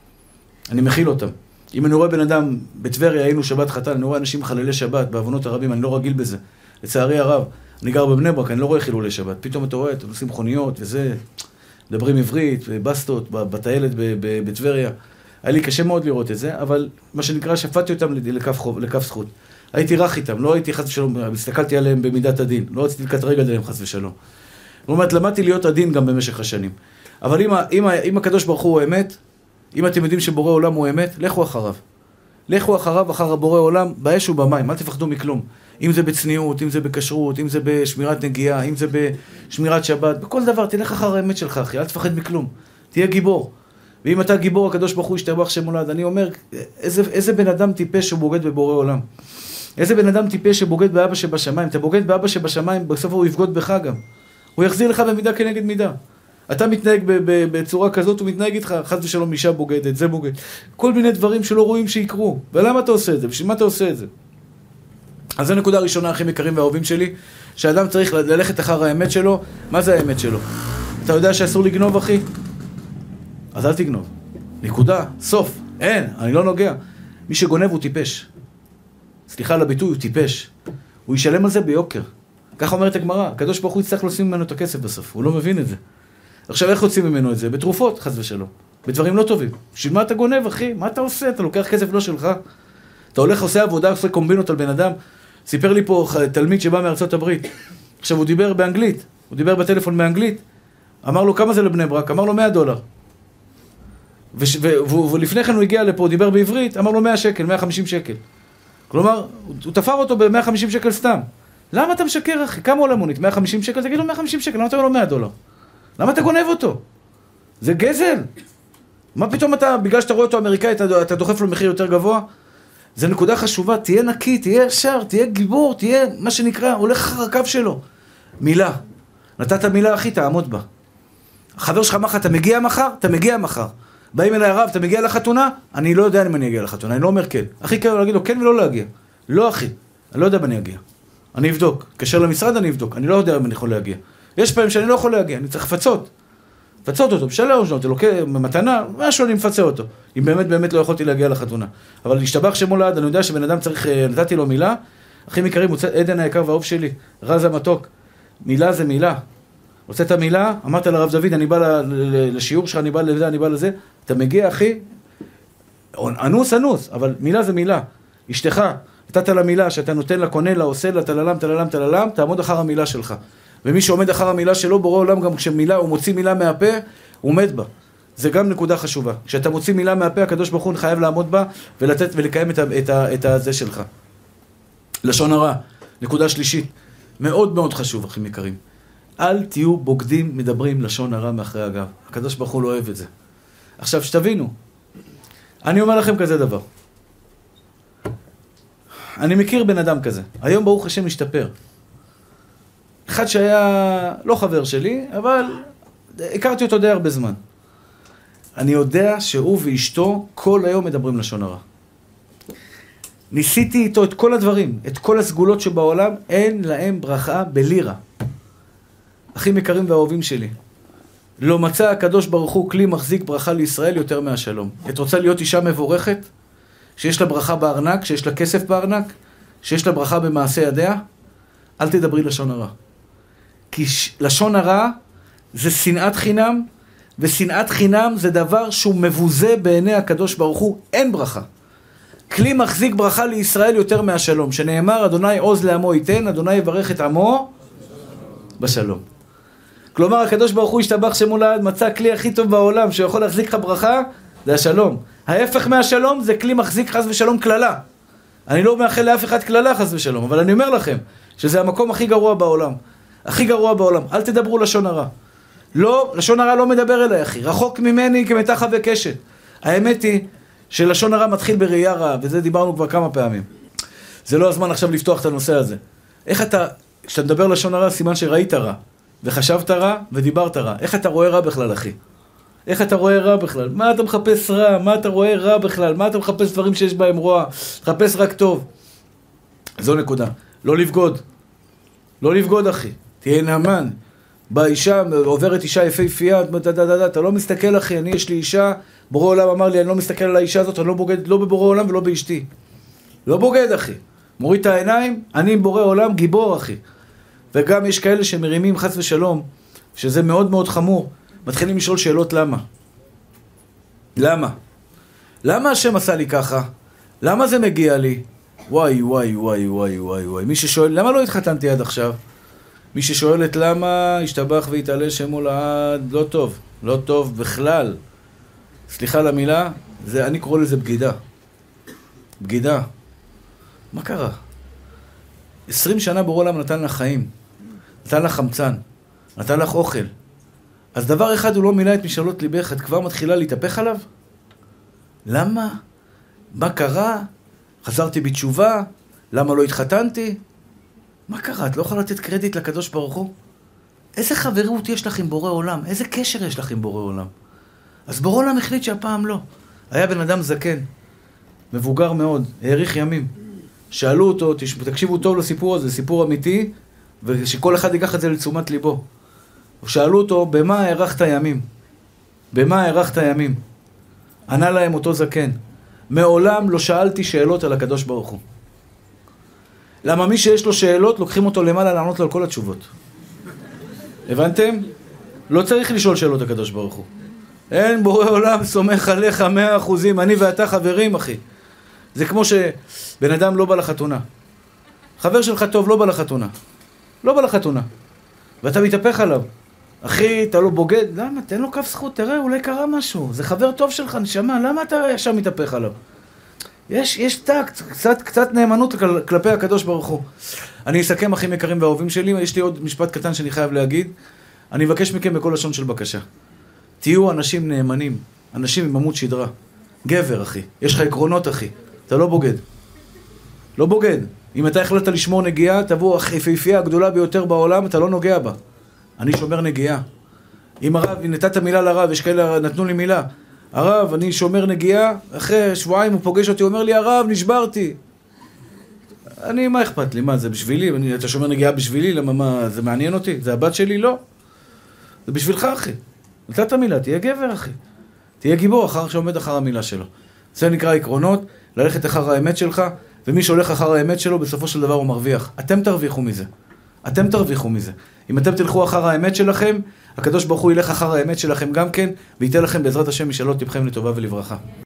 אותם. אם אני רואה בן אדם, בטבריה היינו שבת חתן, אני רואה אנשים חללי שבת, בעוונות הרבים, אני לא רגיל בזה. לצערי הרב, אני גר בבני ברק, אני לא רואה חילולי שבת. פתאום אתה רואה, אתם עושים מכוניות וזה, מדברים עברית, בסטות, בטיילת בטבריה. היה לי קשה מאוד לראות את זה, אבל מה שנקרא, שפטתי אותם לכף זכות. הייתי רך איתם, לא הייתי חס ושלום, הסתכלתי עליהם במידת הדין, לא רציתי לקטרג עליהם חס ושלום. זאת אומרת, למדתי להיות עדין גם במשך השנים. אבל אם הקדוש ברוך הוא אמת, אם אתם יודעים שבורא עולם הוא אמת, לכו אחריו. לכו אחריו, אחר הבורא עולם, באש ובמים, אל תפחדו מכלום. אם זה בצניעות, אם זה בכשרות, אם זה בשמירת נגיעה, אם זה בשמירת שבת, בכל דבר, תלך אחר האמת שלך, אחי, אל תפחד מכלום. תהיה גיבור. ואם אתה גיבור, הקדוש ברוך הוא ישתבח שם הולד. אני אומר, איזה בן אדם טיפש שבוגד בבורא עולם. איזה בן אדם טיפש שבוגד באבא שבשמיים. אתה בוגד באבא שבשמיים, בסוף הוא יבגוד בך גם. הוא יחזיר לך במידה כנגד מידה. אתה מתנהג בצורה כזאת, הוא מתנהג איתך, חס ושלום אישה בוגדת, זה בוגד. כל מיני דברים שלא רואים שיקרו. ולמה אתה עושה את זה? בשביל מה אתה עושה את זה? אז זו נקודה ראשונה, אחים יקרים והאהובים שלי, שאדם צריך ללכת אחר האמת שלו. מה זה האמת שלו? אתה יודע שאסור לגנוב, אחי? אז אל תגנוב. נקודה, סוף. אין, אני לא נוגע. מי שגונב הוא טיפש. סליחה על הביטוי, הוא טיפש. הוא ישלם על זה ביוקר. ככה אומרת הגמרא. הקדוש ברוך הוא יצטרך לשים ממנו את הכסף בסוף. הוא לא מבין את זה. עכשיו, איך יוצאים ממנו את זה? בתרופות, חס ושלום. בדברים לא טובים. בשביל מה אתה גונב, אחי? מה אתה עושה? אתה לוקח כסף לא שלך. אתה הולך, עושה עבודה, עושה קומבינות על בן אדם. סיפר לי פה תלמיד שבא מארצות הברית. עכשיו, הוא דיבר באנגלית. הוא דיבר בטלפון באנגלית. אמר לו, כמה זה לבני ברק? אמר לו, $100. ולפני כן הוא הגיע לפה, הוא דיבר בעברית, אמר לו 100 שקל, 150 שקל. כלומר, הוא תפר אותו ב-150 שקל סתם. למה אתה משקר, אחי? כמה עולה מונית? 150 שקל? תגיד לו 150 שקל, למה אתה אומר לו $100? למה אתה גונב אותו? זה גזל. מה פתאום אתה, בגלל שאתה רואה אותו אמריקאי, אתה דוחף לו מחיר יותר גבוה? זה נקודה חשובה, תהיה נקי, תהיה ישר, תהיה גיבור, תהיה מה שנקרא, הולך אחר הקו שלו. מילה. נתת מילה, אחי, תעמוד בה. החבר שלך אמר לך, אתה מגיע מחר? אתה מגיע מחר. באים אליי הרב, אתה מגיע לחתונה? אני לא יודע אם אני אגיע לחתונה, אני לא אומר כן. הכי קל להגיד לו כן ולא להגיע. לא, אחי, אני לא יודע אם אני אגיע. אני אבדוק. קשר למשרד אני אבדוק. אני לא יודע אם אני יכול להגיע. יש פעמים שאני לא יכול להגיע, אני צריך לפצות. לפצות אותו, בשלום שלו, אתה לוקח מתנה, משהו אני מפצה אותו. אם באמת לא יכולתי להגיע לחתונה. אבל להשתבח שמו לעד, אני יודע שבן אדם צריך, נתתי לו מילה. אחים יקרים, עדן היקר והאהוב שלי, רז המתוק. מילה זה מילה. רוצה את המילה, אמרת לרב דוד, אני בא לשיעור שלך, אני בא לזה, אני בא לזה. אתה מגיע, אחי, אנוס, אבל מילה זה מילה. אשתך, נתת לה מילה, שאתה נותן לה, קונה לה, עושה לה, תללם, תעמוד אחר המילה שלך. ומי שעומד אחר המילה שלו, בורא עולם גם כשמילה, הוא מוציא מילה מהפה, הוא עומד בה. זה גם נקודה חשובה. כשאתה מוציא מילה מהפה, הקדוש ברוך הוא חייב לעמוד בה, ולתת ולקיים את הזה שלך. לשון הרע, נקודה שלישית. מאוד מאוד חשוב, אחים יקרים. אל תהיו בוגדים מדברים לשון הרע מאחרי הגב. הקדוש ברוך הוא לא אוהב את זה. עכשיו, שתבינו. אני אומר לכם כזה דבר. אני מכיר בן אדם כזה. היום ברוך השם משתפר. אחד שהיה לא חבר שלי, אבל הכרתי אותו די הרבה זמן. אני יודע שהוא ואשתו כל היום מדברים לשון הרע. ניסיתי איתו את כל הדברים, את כל הסגולות שבעולם, אין להם ברכה בלירה. אחים יקרים ואהובים שלי, לא מצא הקדוש ברוך הוא כלי מחזיק ברכה לישראל יותר מהשלום. את רוצה להיות אישה מבורכת, שיש לה ברכה בארנק, שיש לה כסף בארנק, שיש לה ברכה במעשה ידיה? אל תדברי לשון הרע. כי לשון הרע זה שנאת חינם, ושנאת חינם זה דבר שהוא מבוזה בעיני הקדוש ברוך הוא, אין ברכה. כלי מחזיק ברכה לישראל יותר מהשלום, שנאמר, אדוני עוז לעמו ייתן, אדוני יברך את עמו בשלום. כלומר, הקדוש ברוך הוא השתבח שמו לעד, מצא כלי הכי טוב בעולם, שיכול להחזיק לך ברכה, זה השלום. ההפך מהשלום זה כלי מחזיק חס ושלום כללה. אני לא מאחל לאף אחד כללה חס ושלום, אבל אני אומר לכם, שזה המקום הכי גרוע בעולם. הכי גרוע בעולם. אל תדברו לשון הרע. לא, לשון הרע לא מדבר אליי, אחי. רחוק ממני כמתחה וקשת. האמת היא שלשון הרע מתחיל בראייה רעה, וזה דיברנו כבר כמה פעמים. זה לא הזמן עכשיו לפתוח את הנושא הזה. איך אתה, כשאתה מדבר לשון הרע, סימן שראית רע, וחשבת רע, ודיברת רע. איך אתה רואה רע בכלל, אחי? איך אתה רואה רע בכלל? מה אתה מחפש רע? מה אתה רואה רע בכלל? מה אתה מחפש דברים שיש בהם רוע? מחפש רק טוב. זו נקודה. לא לבגוד. לא לבגוד, אחי. תהיה נאמן. באה אישה, עוברת אישה יפהפייה, אתה לא מסתכל, אחי, יש לי אישה, בורא עולם אמר לי, אני לא מסתכל על האישה הזאת, אני לא בוגד, לא בבורא עולם ולא באשתי. לא בוגד, אחי. מוריד את העיניים, אני עם בורא עולם, גיבור, אחי. וגם יש כאלה שמרימים חס ושלום, שזה מאוד מאוד חמור, מתחילים לשאול שאלות למה. למה? למה השם עשה לי ככה? למה זה מגיע לי? וואי, וואי, וואי, וואי, וואי, וואי. מי ששואל, למה לא התחתנתי עד עכשיו? מי ששואלת למה, ישתבח ויתעלה שמו לעד, לא טוב. לא טוב בכלל. סליחה למילה, אני קורא לזה בגידה. בגידה. מה קרה? 20 שנה בורא עולם נתן לך חיים. נתן לך חמצן. נתן לך אוכל. אז דבר אחד הוא לא מילא את משאלות ליבך, את כבר מתחילה להתהפך עליו? למה? מה קרה? חזרתי בתשובה? למה לא התחתנתי? מה קרה? את לא יכולה לתת קרדיט לקדוש ברוך הוא? איזה חברות יש לך עם בורא עולם? איזה קשר יש לך עם בורא עולם? אז בורא עולם החליט שהפעם לא. היה בן אדם זקן, מבוגר מאוד, האריך ימים. שאלו אותו, תקשיבו טוב לסיפור הזה, סיפור אמיתי, ושכל אחד ייקח את זה לתשומת ליבו. שאלו אותו, במה הארכת ימים? במה הארכת ימים? ענה להם אותו זקן, מעולם לא שאלתי שאלות על הקדוש ברוך הוא. למה מי שיש לו שאלות, לוקחים אותו למעלה לענות לו על כל התשובות. הבנתם? לא צריך לשאול שאלות הקדוש ברוך הוא. אין בורא עולם סומך עליך 100%, אני ואתה חברים, אחי. זה כמו שבן אדם לא בא לחתונה. חבר שלך טוב לא בא לחתונה. לא בא לחתונה. ואתה מתהפך עליו. אחי, אתה לא בוגד? למה? תן לו כף זכות, תראה, אולי קרה משהו. זה חבר טוב שלך, נשמה, למה אתה ישר מתהפך עליו? יש טקט, קצת נאמנות כלפי הקדוש ברוך הוא. אני אסכם, אחים יקרים ואהובים שלי, יש לי עוד משפט קטן שאני חייב להגיד. אני מבקש מכם בכל לשון של בקשה. תהיו אנשים נאמנים, אנשים עם עמוד שדרה. גבר, אחי. יש לך עקרונות, אחי. אתה לא בוגד. לא בוגד. אם אתה החלטת לשמור נגיעה, תבוא החפיפייה הגדולה ביותר בעולם, אתה לא נוגע בה. אני שומר נגיעה. אם הרב, נתת מילה לרב, יש כאלה נתנו לי מילה. הרב, אני שומר נגיעה, אחרי שבועיים הוא פוגש אותי, הוא אומר לי, הרב, נשברתי. מה אכפת לי? מה, זה בשבילי? אתה שומר נגיעה בשבילי? למה, מה, זה מעניין אותי? זה הבת שלי? לא. זה בשבילך, אחי. נתת מילה, תהיה גבר, אחי. תהיה גיבור אחר שעומד אחר המילה שלו. זה נקרא עקרונות, ללכת אחר האמת שלך, ומי שהולך אחר האמת שלו, בסופו של דבר הוא מרוויח. אתם תרוויחו מזה. אתם תרוויחו מזה. אם אתם תלכו אחר האמת שלכם, הקדוש ברוך הוא ילך אחר האמת שלכם גם כן, וייתן לכם בעזרת השם משאלות לבכם לטובה ולברכה.